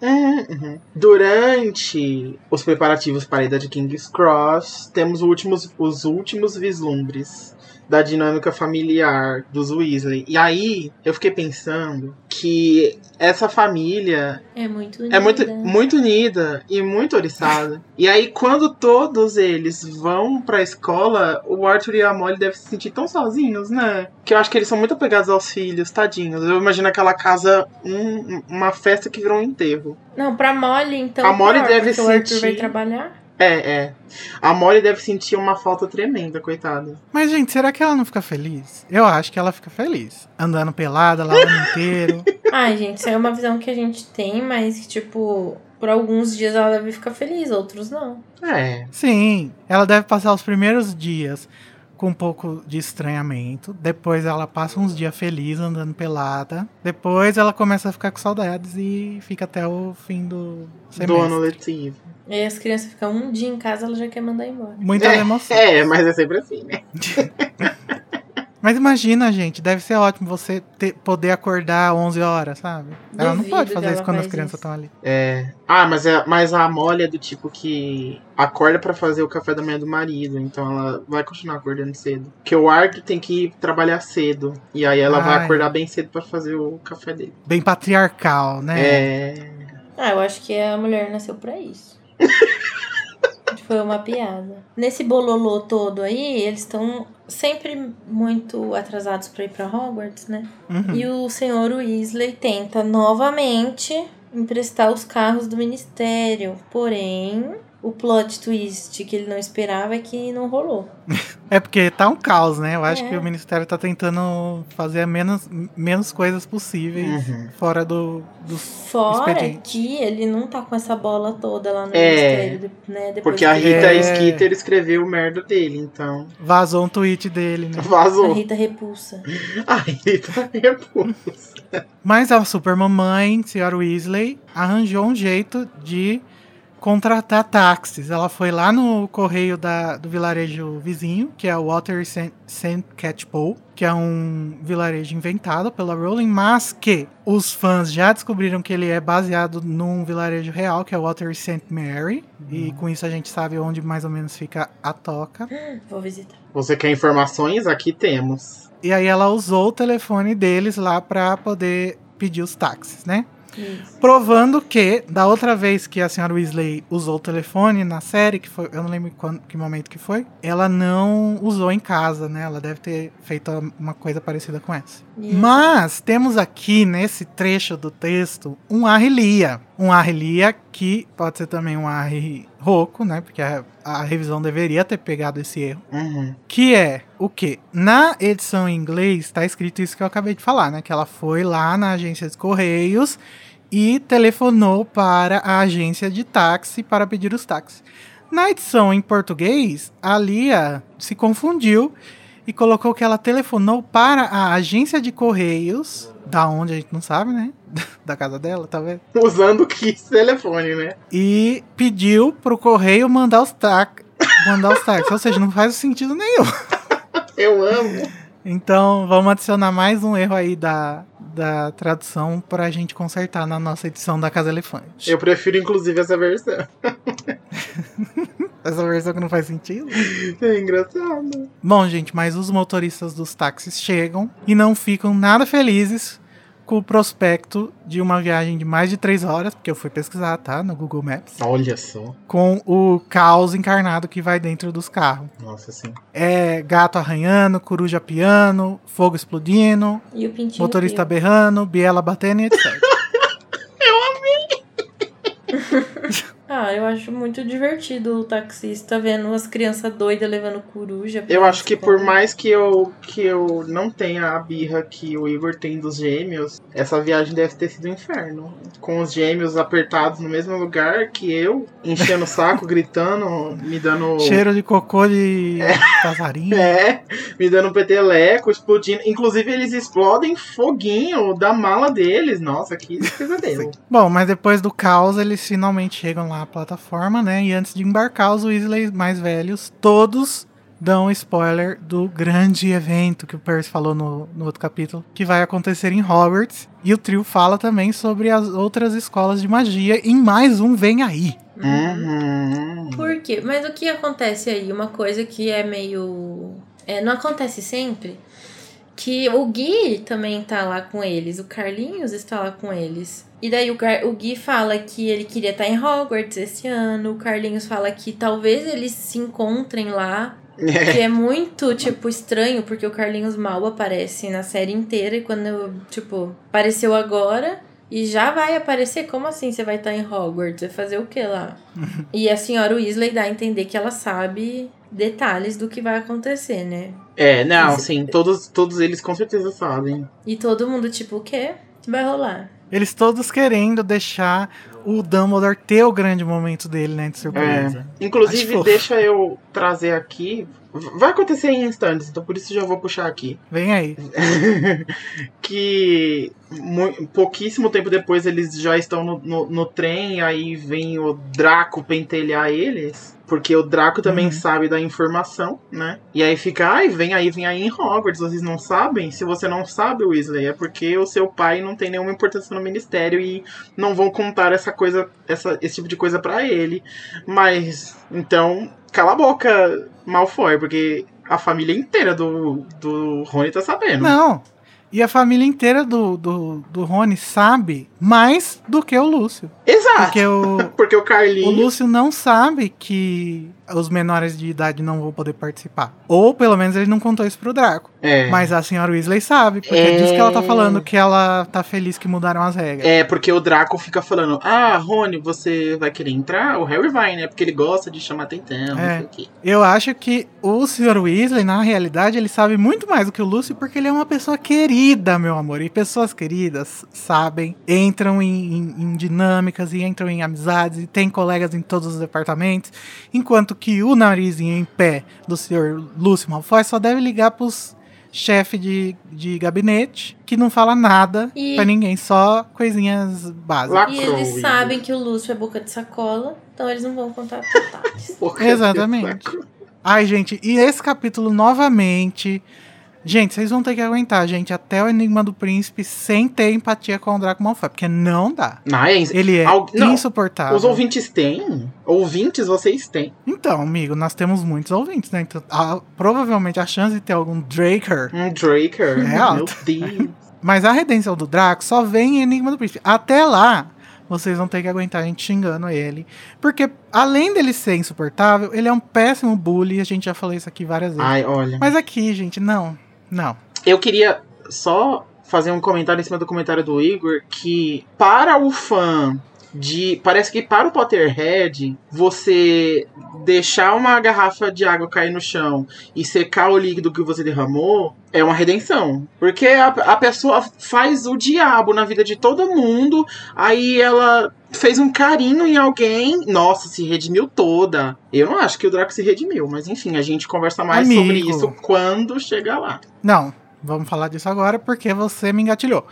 Durante os preparativos para a ida de King's Cross, temos os últimos vislumbres da dinâmica familiar dos Weasley. E aí, eu fiquei pensando que essa família É muito unida. é muito unida e muito oriçada. E aí, quando todos eles vão pra escola, o Arthur e a Molly devem se sentir tão sozinhos, né? Que eu acho que eles são muito apegados aos filhos, tadinhos. Eu imagino aquela casa, uma festa que virou um enterro. Não, pra Molly, então, A Molly pior, deve porque o Arthur vai sentir- trabalhar. A Molly deve sentir uma falta tremenda, coitada. Mas, gente, será que ela não fica feliz? Eu acho que ela fica feliz. Andando pelada, lá o ano inteiro. Ai, gente, isso é uma visão que a gente tem, mas que, tipo, por alguns dias ela deve ficar feliz, outros não. Sim, ela deve passar os primeiros dias com um pouco de estranhamento. Depois ela passa uns dias feliz andando pelada. Depois ela começa a ficar com saudades e fica até o fim do semestre. Do ano letivo. E aí as crianças ficam um dia em casa, ela já quer mandar embora. Muita emoção. Mas é sempre assim, né? Mas imagina, gente, deve ser ótimo você poder acordar 11 horas, sabe? Ela não Duvido pode que fazer ela isso quando as faz crianças isso. estão ali. Mas a Molly é do tipo que acorda pra fazer o café da manhã do marido, então ela vai continuar acordando cedo. Porque o Arthur tem que ir trabalhar cedo, e aí ela vai acordar bem cedo pra fazer o café dele. Bem patriarcal, né? Eu acho que a mulher nasceu pra isso. Foi uma piada. Nesse bololô todo aí, eles estão sempre muito atrasados pra ir pra Hogwarts, né? Uhum. E o senhor Weasley tenta novamente emprestar os carros do ministério. Porém, o plot twist que ele não esperava é que não rolou. É porque tá um caos, né? Eu acho É. que o Ministério tá tentando fazer menos coisas possíveis fora do Fora expediente. que ele não tá com essa bola toda lá no ministério, né? Depois Porque a que Rita É. Skeeter escreveu merda dele, então. Vazou um tweet dele, né? a Vazou. Rita repulsa. A Rita repulsa. Mas a supermamãe, senhora Weasley, arranjou um jeito de contratar táxis. Ela foi lá no correio do vilarejo vizinho, que é o Water St. Catchpole, que é um vilarejo inventado pela Rowling, mas que os fãs já descobriram que ele é baseado num vilarejo real, que é o Water St. Mary, e com isso a gente sabe onde mais ou menos fica a toca. Vou visitar. Você quer informações? Aqui temos. E aí ela usou o telefone deles lá pra poder pedir os táxis, né? Isso. Provando que, da outra vez que a senhora Weasley usou o telefone na série, que foi, eu não lembro que momento que foi, ela não usou em casa, né? Ela deve ter feito uma coisa parecida com essa. Isso. Mas temos aqui, nesse trecho do texto, um Arrelia. Um Arrelia que pode ser também um Arre rouco, né? Porque a revisão deveria ter pegado esse erro. Que é o quê? Na edição em inglês tá escrito isso que eu acabei de falar, né? Que ela foi lá na agência de correios e telefonou para a agência de táxi para pedir os táxis. Na edição em português, a Lia se confundiu e colocou que ela telefonou para a agência de correios, da onde a gente não sabe, né? Da casa dela, tá vendo? Usando que telefone, né? E pediu pro correio mandar os táxis. Ou seja, não faz sentido nenhum. Eu amo. Então, vamos adicionar mais um erro aí da tradução pra gente consertar na nossa edição da Casa Elefante. Eu prefiro, inclusive, essa versão. Essa versão que não faz sentido. É engraçado. Bom, gente, mas os motoristas dos táxis chegam e não ficam nada felizes com o prospecto de uma viagem de mais de 3 horas, porque eu fui pesquisar, tá? No Google Maps. Olha só. Com o caos encarnado que vai dentro dos carros. Nossa, sim. É gato arranhando, coruja piando, fogo explodindo, E o pintinho motorista fio. berrando, biela batendo e etc. Eu acho muito divertido o taxista vendo as crianças doidas levando coruja. Eu acho que por mais que eu não tenha a birra que o Igor tem dos gêmeos, essa viagem deve ter sido um inferno. Com os gêmeos apertados no mesmo lugar que eu, enchendo o saco, gritando, me dando... Cheiro de cocô de passarinho. Me dando peteleco, explodindo. Inclusive, eles explodem foguinho da mala deles. Nossa, que pesadelo. Bom, mas depois do caos, eles finalmente chegam lá à plataforma, né? E antes de embarcar, os Weasley mais velhos, todos dão spoiler do grande evento que o Percy falou no outro capítulo, que vai acontecer em Hogwarts. E o trio fala também sobre as outras escolas de magia. E mais um vem aí. Por quê? Mas o que acontece aí? Uma coisa que é meio... não acontece sempre... que o Gui também tá lá com eles, o Carlinhos está lá com eles. E daí o Gui fala que ele queria estar em Hogwarts esse ano, o Carlinhos fala que talvez eles se encontrem lá, que é muito, tipo, estranho, porque o Carlinhos mal aparece na série inteira e quando, tipo, apareceu agora e já vai aparecer, como assim você vai estar em Hogwarts? Vai fazer o que lá? E a senhora Weasley dá a entender que ela sabe detalhes do que vai acontecer, né? Não, sim, todos eles com certeza sabem. E todo mundo, tipo, o quê? O que vai rolar? Eles todos querendo deixar o Dumbledore ter o grande momento dele, né, de surpresa. Inclusive, deixa eu trazer aqui. Vai acontecer em instantes, então por isso já vou puxar aqui. Vem aí. Que pouquíssimo tempo depois eles já estão no trem, e aí vem o Draco pentelhar eles. Porque o Draco também sabe da informação, né? E aí fica, vem aí em Hogwarts, vocês não sabem? Se você não sabe, Weasley, é porque o seu pai não tem nenhuma importância no ministério e não vão contar esse tipo de coisa pra ele. Mas, então, cala a boca, Malfoy, porque a família inteira do Rony tá sabendo. Não, e a família inteira do Rony sabe mais do que o Lúcio. Exato. Porque o Carlinhos... O Lúcio não sabe que os menores de idade não vão poder participar. Ou, pelo menos, ele não contou isso pro Draco. Mas a senhora Weasley sabe, porque é disso que ela tá falando, que ela tá feliz que mudaram as regras. Porque o Draco fica falando, Rony, você vai querer entrar? O Harry vai, né? Porque ele gosta de chamar atenção, não sei o quê. Eu acho que o senhor Weasley, na realidade, ele sabe muito mais do que o Lúcio, porque ele é uma pessoa querida, meu amor. E pessoas queridas sabem, entram em dinâmicas e entram em amizades e tem colegas em todos os departamentos, enquanto que o narizinho em pé do senhor Lúcio Malfoy só deve ligar pros chefes de gabinete, que não fala nada pra ninguém, só coisinhas básicas. E eles sabem que o Lúcio é boca de sacola, então eles não vão contar detalhes. Exatamente. Ai, gente, e esse capítulo novamente... Gente, vocês vão ter que aguentar, gente, até o Enigma do Príncipe sem ter empatia com o Draco Malfoy, porque não dá. Ele é insuportável. Os ouvintes têm? Ouvintes vocês têm? Então, amigo, nós temos muitos ouvintes, né? Então, provavelmente a chance de ter algum Draker... é alta. Meu Deus. Mas a redenção do Draco só vem em Enigma do Príncipe. Até lá, vocês vão ter que aguentar a gente xingando ele. Porque, além dele ser insuportável, ele é um péssimo bully. A gente já falou isso aqui várias vezes. Ai, olha. Mas aqui, gente, não. Eu queria só fazer um comentário em cima do comentário do Igor, que para o fã parece que para o Potterhead, você deixar uma garrafa de água cair no chão e secar o líquido que você derramou é uma redenção. Porque a pessoa faz o diabo na vida de todo mundo, aí ela fez um carinho em alguém, nossa, se redimiu toda. Eu não acho que o Draco se redimiu, mas enfim, a gente conversa mais sobre isso quando chegar lá. Não, vamos falar disso agora porque você me engatilhou.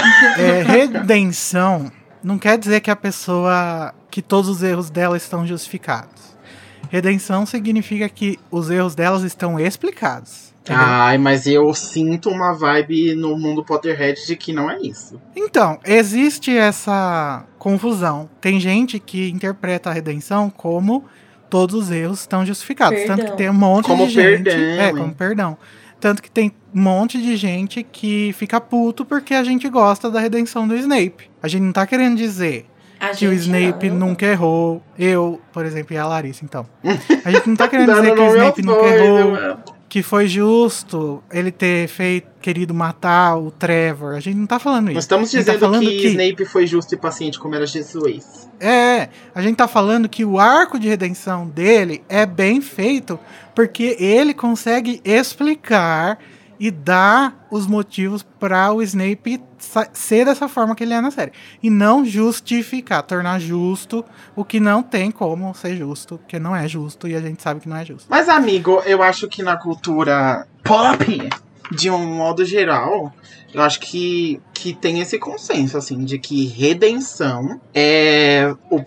Redenção não quer dizer que a pessoa, que todos os erros dela estão justificados. Redenção significa que os erros delas estão explicados. Entendeu? Ai, mas eu sinto uma vibe no mundo Potterhead de que não é isso. Então, existe essa confusão. Tem gente que interpreta a redenção como todos os erros estão justificados. Perdão. Tanto que tem um monte como de gente... perdão, como perdão. Tanto que tem um monte de gente que fica puto porque a gente gosta da redenção do Snape. A gente não tá querendo dizer que o Snape nunca errou. Eu, por exemplo, e a Larissa, então. A gente não tá querendo dizer que o Snape nunca errou, que foi justo ele ter querido matar o Trevor. A gente não tá falando isso. Nós estamos dizendo que Snape foi justo e paciente como era Jesus. A gente tá falando que o arco de redenção dele é bem feito porque ele consegue explicar e dar os motivos para o Snape ser dessa forma que ele é na série. E não justificar, tornar justo o que não tem como ser justo, porque não é justo e a gente sabe que não é justo. Mas, amigo, eu acho que na cultura pop, de um modo geral, eu acho que tem esse consenso, assim, de que redenção é o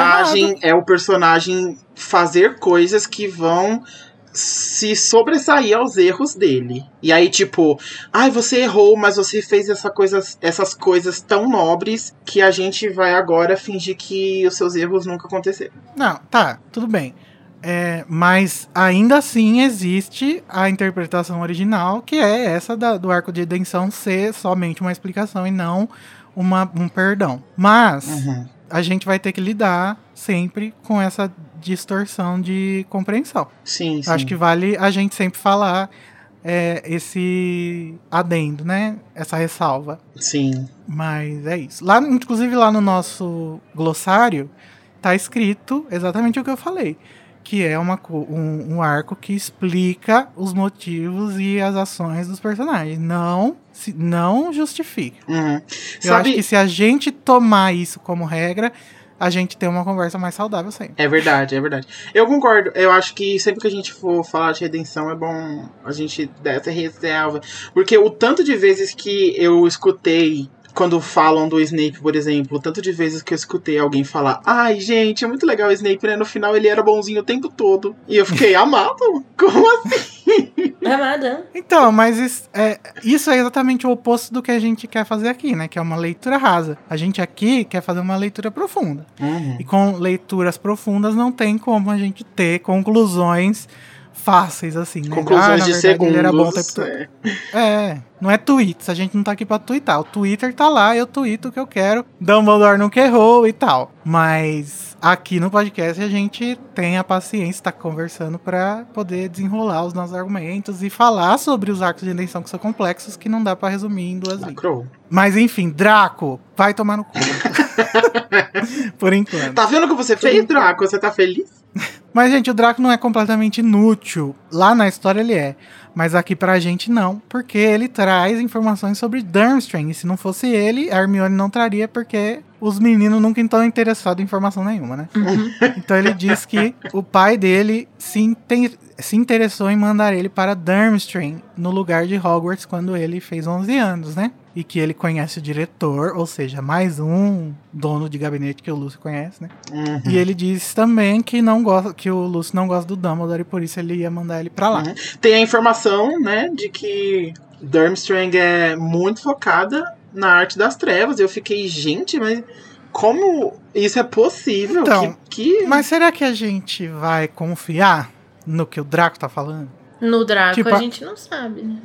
personagem fazer coisas que vão se sobressair aos erros dele. E aí, tipo, você errou, mas você fez essas coisas tão nobres que a gente vai agora fingir que os seus erros nunca aconteceram. Não, tá, tudo bem. Mas ainda assim existe a interpretação original, que é essa do arco de redenção ser somente uma explicação e não um perdão. Mas a gente vai ter que lidar sempre com essa distorção de compreensão. Sim, sim. Acho que vale a gente sempre falar esse adendo, né? Essa ressalva. Sim. Mas é isso. Inclusive lá no nosso glossário tá escrito exatamente o que eu falei. Que é um arco que explica os motivos e as ações dos personagens. Não justifica. Eu acho que se a gente tomar isso como regra, a gente tem uma conversa mais saudável sempre. É verdade, é verdade. Eu concordo. Eu acho que sempre que a gente for falar de redenção, é bom a gente dar essa ressalva. Porque o tanto de vezes que eu escutei... Quando falam do Snape, por exemplo, tanto de vezes que eu escutei alguém falar: ai, gente, é muito legal o Snape, né? No final ele era bonzinho o tempo todo. E eu fiquei, amado? Como assim? Amada. Então, mas isso é exatamente o oposto do que a gente quer fazer aqui, né? Que é uma leitura rasa. A gente aqui quer fazer uma leitura profunda. E com leituras profundas não tem como a gente ter conclusões fáceis, assim, né? Conclusões de segundos. Ele era bom o tempo todo. Não é tweets, a gente não tá aqui pra twittar. O Twitter tá lá, eu twito o que eu quero. Dumbledore nunca errou e tal. Mas aqui no podcast a gente tem a paciência, tá conversando pra poder desenrolar os nossos argumentos e falar sobre os arcos de redenção que são complexos, que não dá pra resumir em 2 linhas. Mas enfim, Draco, vai tomar no cu. Por enquanto. Tá vendo o que você fez, Draco? Você tá feliz? Mas, gente, o Draco não é completamente inútil. Lá na história ele é. Mas aqui pra gente não. Porque ele traz informações sobre Durmstrang. E se não fosse ele, a Hermione não traria, porque os meninos nunca estão interessados em informação nenhuma, né? Então ele diz que o pai dele se interessou em mandar ele para Durmstrang, no lugar de Hogwarts, quando ele fez 11 anos, né? E que ele conhece o diretor, ou seja, mais um dono de gabinete que o Lúcio conhece, né? E ele diz também que o Lúcio não gosta do Dumbledore e por isso ele ia mandar ele pra lá. Tem a informação, né, de que Durmstrang é muito focada na arte das trevas. Eu fiquei, gente, mas como isso é possível? Então, mas será que a gente vai confiar no que o Draco tá falando? No Draco a gente não sabe, né?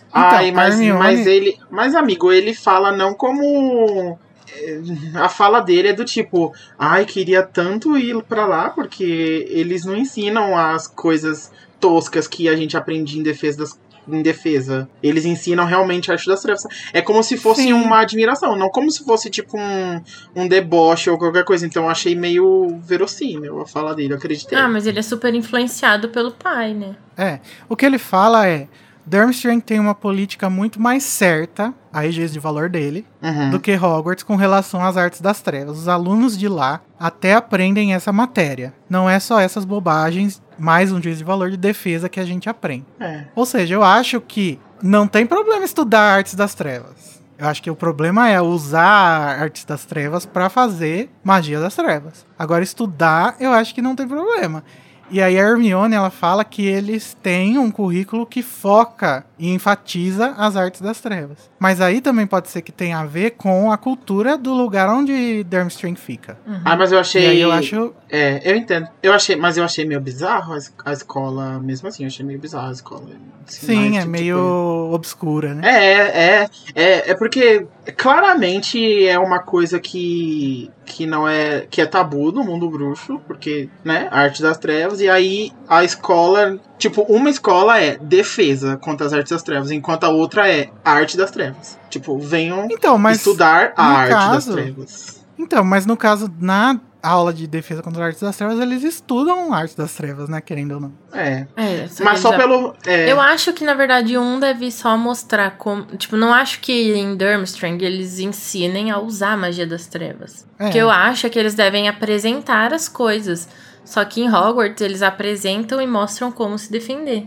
Mas amigo, ele fala não como... A fala dele é do tipo, ai, queria tanto ir pra lá, porque eles não ensinam as coisas toscas que a gente aprende em defesa. Eles ensinam realmente a arte das trevas. É como se fosse uma admiração, não como se fosse tipo um deboche ou qualquer coisa. Então eu achei meio verossímil a fala dele, eu acreditei. Mas ele é super influenciado pelo pai, né? O que ele fala é: Durmstrang tem uma política muito mais certa, aí juízo de valor dele, do que Hogwarts com relação às artes das trevas. Os alunos de lá até aprendem essa matéria. Não é só essas bobagens, mais um juízo de valor de defesa que a gente aprende. Ou seja, eu acho que não tem problema estudar artes das trevas. Eu acho que o problema é usar artes das trevas para fazer magia das trevas. Agora, estudar, eu acho que não tem problema. E aí a Hermione, ela fala que eles têm um currículo que foca e enfatiza as artes das trevas. Mas aí também pode ser que tenha a ver com a cultura do lugar onde Durmstrang fica. Mas eu achei... E aí eu acho... eu entendo. Mas eu achei meio bizarro a escola, mesmo assim, eu achei meio bizarro a escola. Sim, é meio obscura, né? É porque claramente é uma coisa que não é... que é tabu no mundo bruxo, porque, né, a arte das trevas, e aí a escola... Tipo, uma escola é defesa contra as artes das trevas, enquanto a outra é arte das trevas. Tipo, venham estudar a arte das trevas. Então, mas no caso, na aula de defesa contra as artes das trevas, eles estudam a arte das trevas, né? Querendo ou não. Mas só pelo... Eu acho que, na verdade, deve só mostrar como... Tipo, não acho que em Durmstrang eles ensinem a usar a magia das trevas. O que eu acho é que eles devem apresentar as coisas. Só que em Hogwarts eles apresentam e mostram como se defender.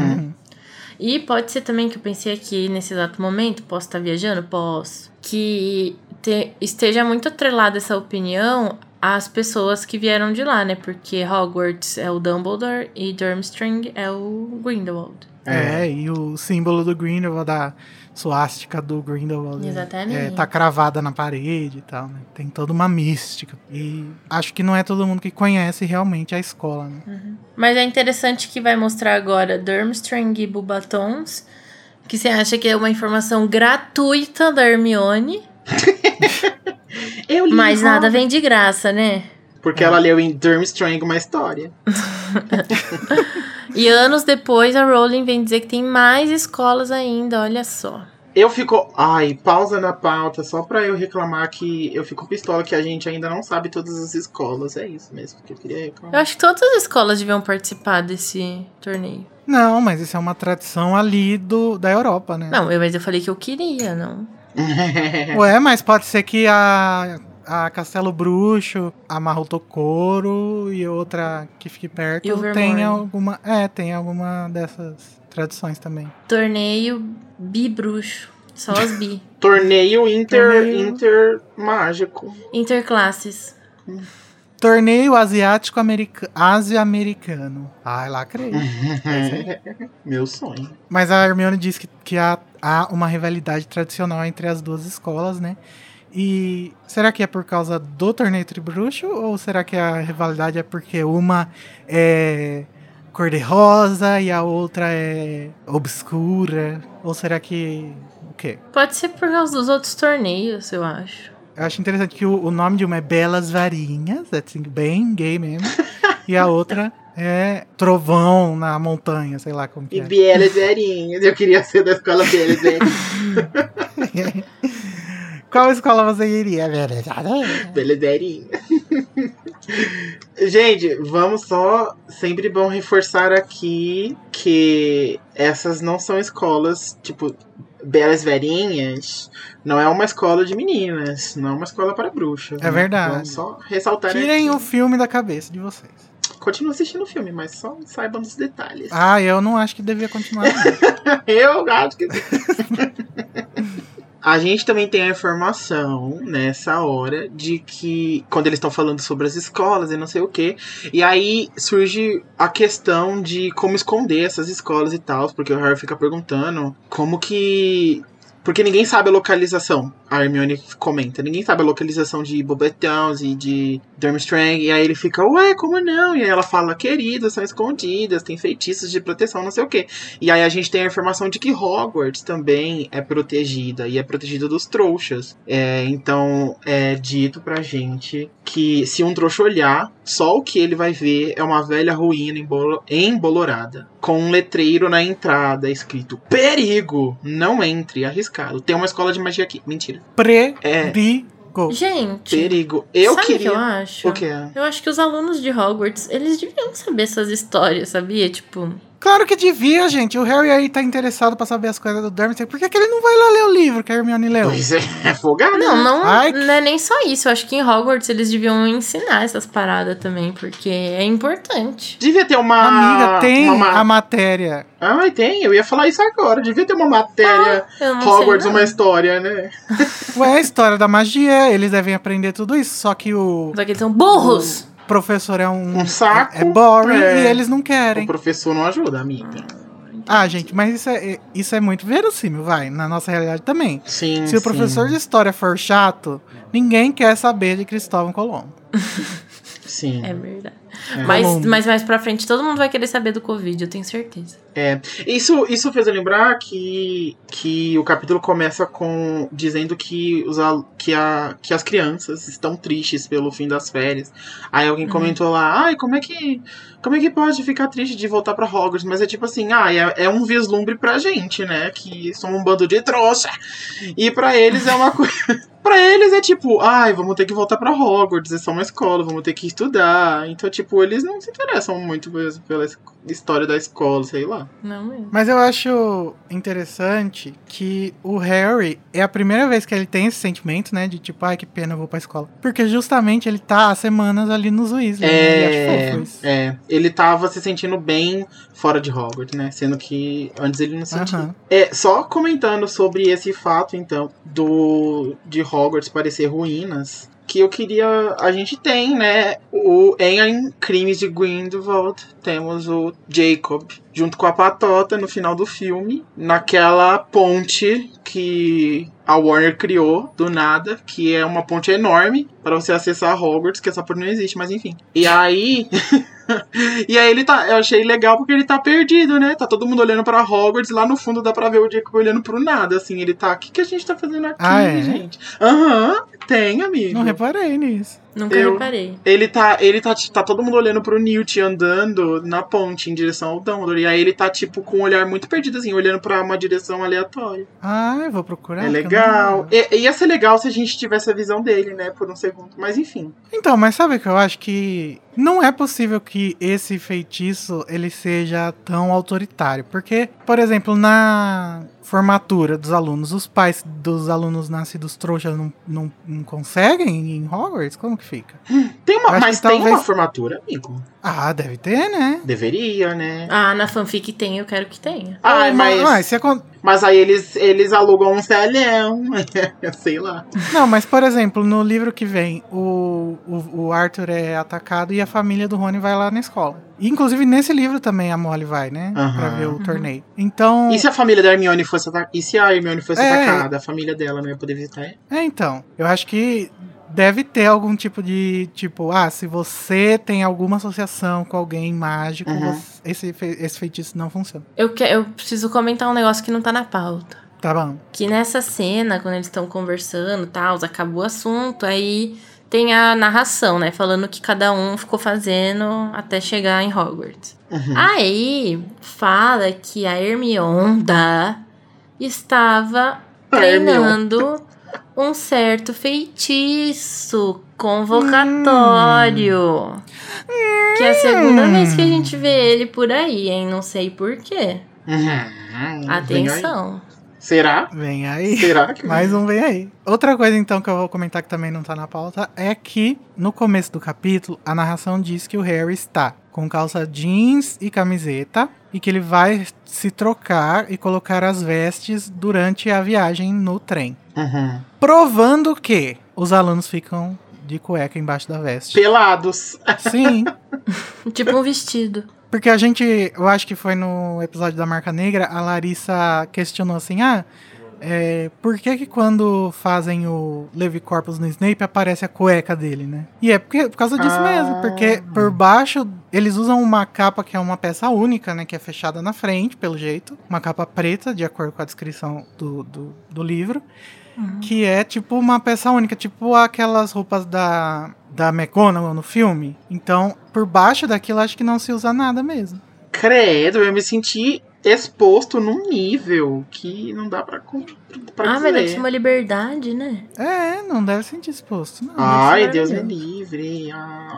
E pode ser também que eu pensei aqui nesse exato momento, posso estar viajando? Posso. Que esteja muito atrelada essa opinião às pessoas que vieram de lá, né? Porque Hogwarts é o Dumbledore e Durmstrang é o Grindelwald. E o símbolo do Grindelwald, da suástica do Grindelwald, Exatamente. tá cravada na parede e tal, né? Tem toda uma mística. E acho que não é todo mundo que conhece realmente a escola, né? Mas é interessante que vai mostrar agora Durmstrang e Beauxbatons, que você acha que é uma informação gratuita da Hermione, Eu li mas nada Hogwarts. vem de graça, né? Porque ela leu em Durmstrang uma história. E anos depois a Rowling vem dizer que tem mais escolas ainda, olha só. Eu fico... Ai, pausa na pauta, só pra eu reclamar que eu fico pistola que a gente ainda não sabe todas as escolas. É isso mesmo que eu queria reclamar. Eu acho que todas as escolas deviam participar desse torneio. Não, mas isso é uma tradição ali da Europa, né? Não, mas eu falei que eu queria, não. Ué, mas pode ser que a Castelo Bruxo, a Marro Tocoro e outra que fique perto Ilvermorny. tem alguma dessas tradições também. Torneio bi-bruxo. Só as bi. Torneio Torneio. inter-mágico. Interclasses. Torneio Ásia-Americano. Ai, lacrei. Meu sonho. Mas a Hermione diz que há uma rivalidade tradicional entre as duas escolas, né? E será que é por causa do torneio tribruxo? Ou será que a rivalidade é porque uma é cor-de-rosa e a outra é obscura? Ou será que... o quê? Pode ser por causa dos outros torneios, eu acho. Eu acho interessante que o nome de uma é Belas Varinhas, assim, bem gay mesmo. E a outra é Trovão na Montanha, sei lá como que E é. Bielas Verinhas. Eu queria ser da escola Bielas Verinhas. Qual escola você iria, velho? Bielas Verinhas. Gente, vamos só... Sempre bom reforçar aqui que essas não são escolas, tipo... Belas Verinhas não é uma escola de meninas, não é uma escola para bruxas. É verdade. Vamos só ressaltar Tirem aqui. o filme da cabeça de vocês. Continua assistindo o filme, mas só saibam dos detalhes. Ah, eu não acho que devia continuar. Não. Eu acho que a gente também tem a informação nessa hora de que quando eles estão falando sobre as escolas e não sei o que, e aí surge a questão de como esconder essas escolas e tal, porque o Harry fica perguntando como que... Porque ninguém sabe a localização, a Hermione comenta. Ninguém sabe a localização de Beauxbatons e de Durmstrang. E aí ele fica, ué, como não? E aí ela fala, queridas, são escondidas, tem feitiços de proteção, não sei o quê. E aí a gente tem a informação de que Hogwarts também é protegida. E é protegida dos trouxas. Então é dito pra gente que se um trouxa olhar, só o que ele vai ver é uma velha ruína embolorada. Com um letreiro na entrada escrito, perigo, não entre, arriscado. Tem uma escola de magia aqui. Mentira. Perigo. Gente, Perigo. Eu sabe o queria... que eu acho? O que é? Eu acho que os alunos de Hogwarts, eles deviam saber essas histórias, sabia? Tipo... Claro que devia, gente. O Harry aí tá interessado pra saber as coisas do Durmstrang. Por que ele não vai lá ler o livro que a Hermione leu? Pois é, folgado. Não Ai, é nem só isso. Eu acho que em Hogwarts eles deviam ensinar essas paradas também, porque é importante. Devia ter uma... Amiga, tem uma... a matéria. Ah, tem. Eu ia falar isso agora. Devia ter uma matéria Eu não Hogwarts, sei, não. uma história, né? Ué, a história da magia, eles devem aprender tudo isso. Só que o Só que eles são burros. professor é um saco. É boring É. e eles não querem. O professor não ajuda, amiga. Ah, gente, mas isso é muito verossímil, vai. Na nossa realidade também. Sim, Se o professor de história for chato, ninguém quer saber de Cristóvão Colombo. Sim. É verdade. É. Mas mais pra frente todo mundo vai querer saber do Covid, eu tenho certeza. Isso fez eu lembrar que o capítulo começa dizendo que as crianças estão tristes pelo fim das férias. Aí alguém comentou lá, ai, como é que pode ficar triste de voltar pra Hogwarts? Mas é tipo assim, é um vislumbre pra gente, né? Que somos um bando de trouxa. E pra eles é uma coisa... Pra eles é tipo, vamos ter que voltar pra Hogwarts, é só uma escola, vamos ter que estudar. Então, tipo, eles não se interessam muito pela história da escola, sei lá. Não mesmo. Mas eu acho interessante que o Harry é a primeira vez que ele tem esse sentimento, né? De tipo, ai, que pena, eu vou pra escola. Porque justamente ele tá há semanas ali nos Weasley, né? Ele acha fofo isso. Ele tava se sentindo bem fora de Hogwarts, né? Sendo que antes ele não sentia. Aham. Só comentando sobre esse fato, então, de Hogwarts parecer ruínas, que eu queria... A gente tem, né, em Crimes de Grindelwald, temos o Jacob junto com a Patota no final do filme, naquela ponte que a Warner criou do nada, que é uma ponte enorme para você acessar Hogwarts, que essa ponte não existe, mas enfim. E aí... E aí ele tá... Eu achei legal porque ele tá perdido, né? Tá todo mundo olhando pra Hogwarts, lá no fundo dá pra ver o Jacob olhando pro nada, assim. Ele tá... O que a gente tá fazendo aqui, gente? Tem, amigo. Não reparei nisso. Nunca reparei. Ele tá todo mundo olhando pro Newt andando na ponte em direção ao Dumbledore. E aí ele tá, tipo, com um olhar muito perdido, assim, olhando pra uma direção aleatória. Eu vou procurar. É legal. Ia ser legal se a gente tivesse a visão dele, né, por um segundo. Mas enfim. Então, mas sabe que eu acho que não é possível que esse feitiço ele seja tão autoritário. Porque, por exemplo, na formatura dos alunos, os pais dos alunos nascidos trouxas não conseguem ir em Hogwarts? Como que fica? Tem uma formatura, amigo. Deve ter, né? Deveria, né? Na fanfic tem, eu quero que tenha. Mas aí eles alugam um salão. Sei lá. Não, mas por exemplo, no livro que vem, o Arthur é atacado e a família do Rony vai lá na escola. E, inclusive, nesse livro também a Molly vai, né? Pra ver o torneio. Então... E se a família da Hermione fosse atacada? E se a Hermione fosse atacada? A família dela não ia poder visitar ela? Então. Eu acho que deve ter algum tipo de... se você tem alguma associação com alguém mágico, esse feitiço não funciona. Eu preciso comentar um negócio que não tá na pauta. Tá bom. Que nessa cena, quando eles estão conversando e tal, acabou o assunto, aí tem a narração, né? Falando que cada um ficou fazendo até chegar em Hogwarts. Aí fala que a Hermionda estava treinando um certo feitiço convocatório. Que é a segunda vez que a gente vê ele por aí, hein? Não sei por quê. Atenção. Será? Vem aí. Será que mais um vem aí. Outra coisa, então, que eu vou comentar que também não tá na pauta é que, no começo do capítulo, a narração diz que o Harry está com calça jeans e camiseta e que ele vai se trocar e colocar as vestes durante a viagem no trem. Provando que os alunos ficam de cueca embaixo da veste. Pelados. Sim. Tipo um vestido. Porque eu acho que foi no episódio da Marca Negra, a Larissa questionou assim, por que quando fazem o Levicorpus no Snape aparece a cueca dele, né? E é por causa disso mesmo, porque por baixo eles usam uma capa que é uma peça única, né? Que é fechada na frente, pelo jeito. Uma capa preta, de acordo com a descrição do livro. Que é tipo uma peça única, tipo aquelas roupas da McGonagall no filme. Então, por baixo daquilo, acho que não se usa nada mesmo. Credo, eu me senti exposto num nível que não dá pra dizer. Mas deve ser uma liberdade, né? Não deve sentir exposto, não. Ai, Deus me livre.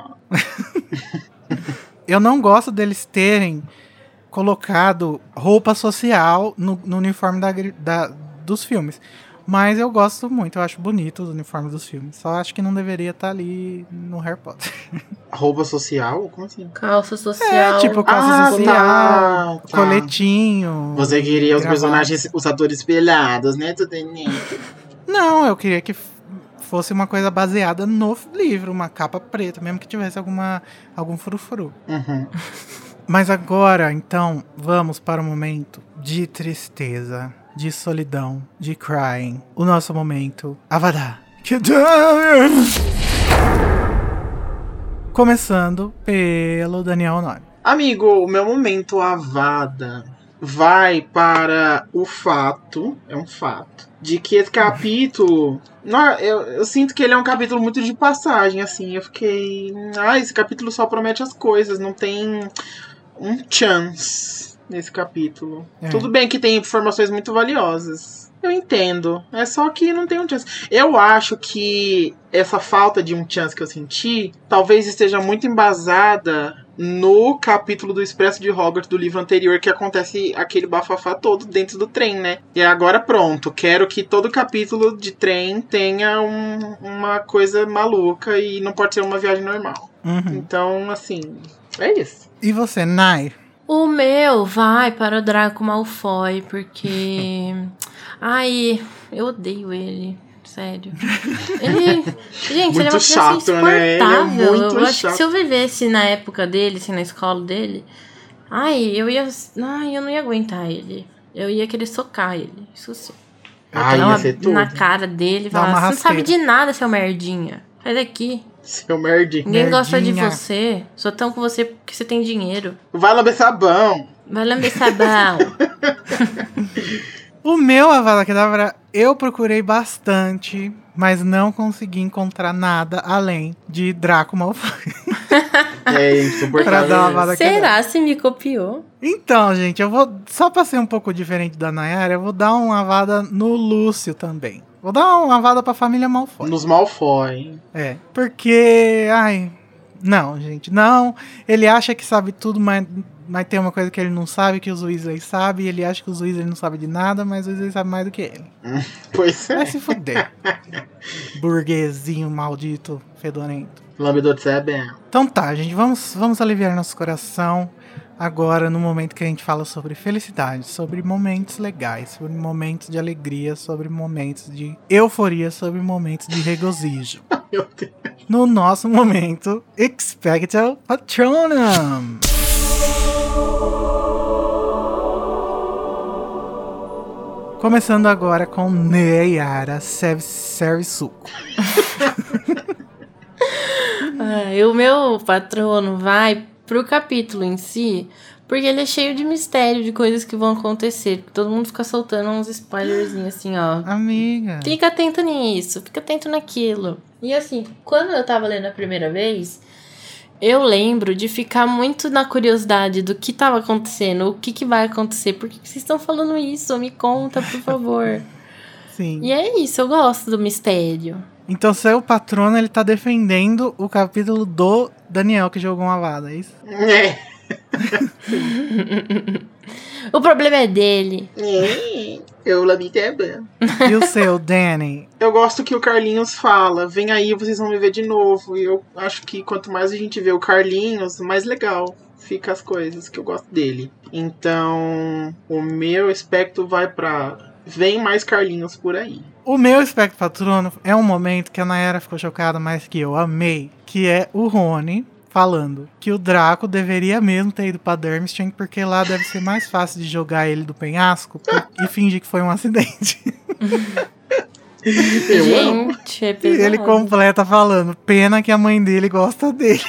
Eu não gosto deles terem colocado roupa social no uniforme dos filmes. Mas eu gosto muito, eu acho bonito os uniformes dos filmes. Só acho que não deveria estar ali no Harry Potter. Roupa social? Como assim? Calça social. Tipo calça social, tá. Coletinho. Você queria os personagens, os atores pelados, né? Não, eu queria que fosse uma coisa baseada no livro, uma capa preta, mesmo que tivesse algum frufru. Mas agora, então, vamos para o momento de tristeza, de solidão, de crying. O nosso momento Avada Kedavra. Começando pelo Daniel Honório. Amigo, o meu momento Avada vai para o fato, é um fato, de que esse capítulo... Eu sinto que ele é um capítulo muito de passagem, assim. Eu fiquei... esse capítulo só promete as coisas, não tem um chance nesse capítulo. Tudo bem que tem informações muito valiosas. Eu entendo. É só que não tem um chance. Eu acho que essa falta de um chance que eu senti talvez esteja muito embasada no capítulo do Expresso de Hogwarts do livro anterior, que acontece aquele bafafá todo dentro do trem, né? E agora pronto. Quero que todo capítulo de trem tenha uma coisa maluca e não pode ser uma viagem normal. Então, assim, é isso. E você, Nai? O meu vai para o Draco Malfoy, porque... eu odeio ele. sério. Gente, Muito ele é uma chato, criança né? Ele é insuportável. muito Eu acho chato. que se eu vivesse na época dele, assim, na escola dele, eu não ia aguentar ele. Eu ia querer socar ele, isso sim. Ia ser tudo. Na cara dele e Dá uma falar, você não sabe rasteira. de nada, seu merdinha. Sai daqui. Seu merdinho. Ninguém gosta de Merdinha. você. Só tão com você porque você tem dinheiro. Vai lamber sabão. Vai lamber sabão. O meu Avada Kedavra eu procurei bastante, mas não consegui encontrar nada além de Draco Malfoy. É Pra dar uma insuportável. Avada Kedavra. Será se me copiou? Então, gente, eu vou, só pra ser um pouco diferente da Nayara, eu vou dar uma Avada no Lúcio também. Vou dar uma Avada pra família Malfoy. Nos Malfoy. É, porque, não, gente, não. Ele acha que sabe tudo, mas tem uma coisa que ele não sabe, que os Weasley sabem. Ele acha que os Weasley não sabem de nada, mas os Weasley sabem mais do que ele. Pois é. Vai se fuder. Burguesinho maldito, fedorento. Lambedor de sabão. Então tá, gente, vamos aliviar nosso coração agora no momento que a gente fala sobre felicidade, sobre momentos legais, sobre momentos de alegria, sobre momentos de euforia, sobre momentos de regozijo. Meu Deus. No nosso momento, Expecto Patronum. Começando agora com Nayara Serviçuco. O meu patrono vai pro capítulo em si, porque ele é cheio de mistério, de coisas que vão acontecer. Todo mundo fica soltando uns spoilerzinhos assim, ó. Amiga. Fica atento nisso, fica atento naquilo. E assim, quando eu tava lendo a primeira vez, eu lembro de ficar muito na curiosidade do que tava acontecendo, o que vai acontecer, por que vocês estão falando isso? Me conta, por favor. Sim. E é isso, eu gosto do mistério. Então, seu patrono, ele tá defendendo o capítulo do Daniel, que jogou uma Avada, é isso? É. O problema é dele. Eu lambi sabão. E o seu, Danny? Eu gosto que o Carlinhos fala, vem aí, vocês vão me ver de novo. E eu acho que quanto mais a gente vê o Carlinhos, mais legal fica as coisas, que eu gosto dele. Então, o meu espectro vai pra... Vem mais Carlinhos por aí. O meu Expecto Patrono é um momento que a Nayara ficou chocada, mas que eu amei, que é o Rony falando que o Draco deveria mesmo ter ido pra Durmstrang, porque lá deve ser mais fácil de jogar ele do penhasco e fingir que foi um acidente. Gente, é E pesado. ele completa falando, pena que a mãe dele gosta dele.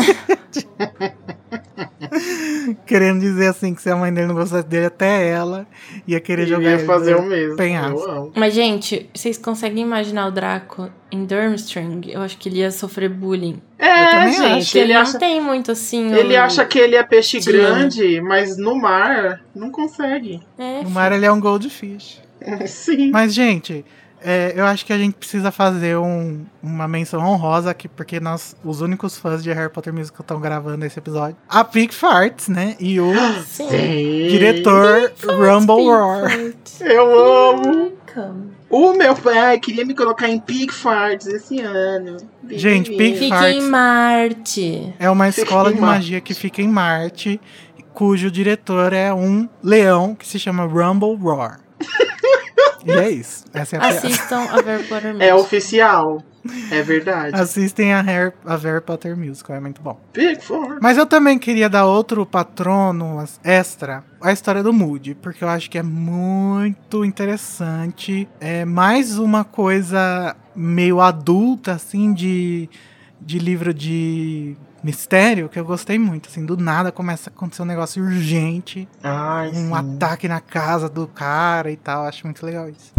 Querendo dizer assim, que se a mãe dele não gostasse dele, até ela ia querer jogar ia ele fazer do o mesmo. penhasco. Eu amo. Mas, gente, vocês conseguem imaginar o Draco em Durmstrang? Eu acho que ele ia sofrer bullying. É, também gente, acho. Porque ele ele acha... não tem muito assim. Ele acha que ele é peixe Sim. grande, mas no mar não consegue. É, No mar ele é um goldfish. Sim. Mas, gente, eu acho que a gente precisa fazer uma menção honrosa aqui, porque os únicos fãs de Harry Potter Musical estão gravando esse episódio. A Pick Farts, né? E o sim. diretor Rumble Roar. Eu amo. Welcome. O meu pai queria me colocar em Pig Farts esse ano. Gente, Pig Fique Farts em Marte. é uma escola Fica de em magia que fica em Marte, cujo diretor é um leão que se chama Rumble Roar. E é isso. Essa é a piada. Assistam a Harry Potter É Musical. oficial. É verdade. Assistem a Harry Potter Musical, é muito bom. Pig Farts. Mas eu também queria dar outro patrono extra, a história do Moody, porque eu acho que é muito interessante. É mais uma coisa meio adulta, assim, de livro de mistério, que eu gostei muito. Assim, do nada começa a acontecer um negócio urgente, Ai, um sim. ataque na casa do cara e tal. Acho muito legal isso.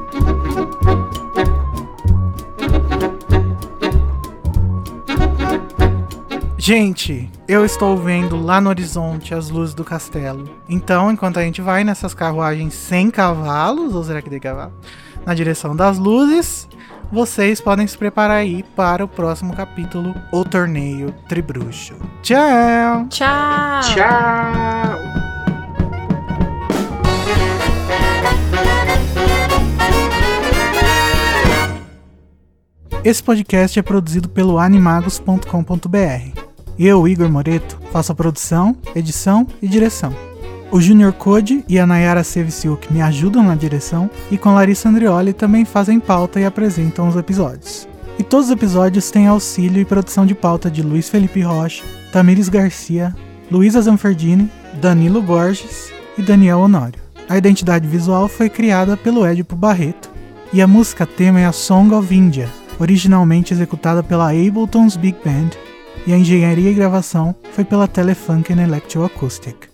Gente, eu estou vendo lá no horizonte as luzes do castelo. Então, enquanto a gente vai nessas carruagens sem cavalos, ou será que tem cavalo? Na direção das luzes, vocês podem se preparar aí para o próximo capítulo, O Torneio Tribruxo. Tchau! Tchau. Tchau. Esse podcast é produzido pelo animagos.com.br. Eu, Igor Moreto, faço a produção, edição e direção. O Junior Code e a Nayara Sevciuk me ajudam na direção e com Larissa Andrioli também fazem pauta e apresentam os episódios. E todos os episódios têm auxílio e produção de pauta de Luiz Felipe Rocha, Tamires Garcia, Luísa Zanferdini, Danilo Borges e Daniel Honório. A identidade visual foi criada pelo Édipo Barreto e a música tema é a Song of India, originalmente executada pela Ableton's Big Band, e a engenharia e gravação foi pela Telefunken Electroacoustic.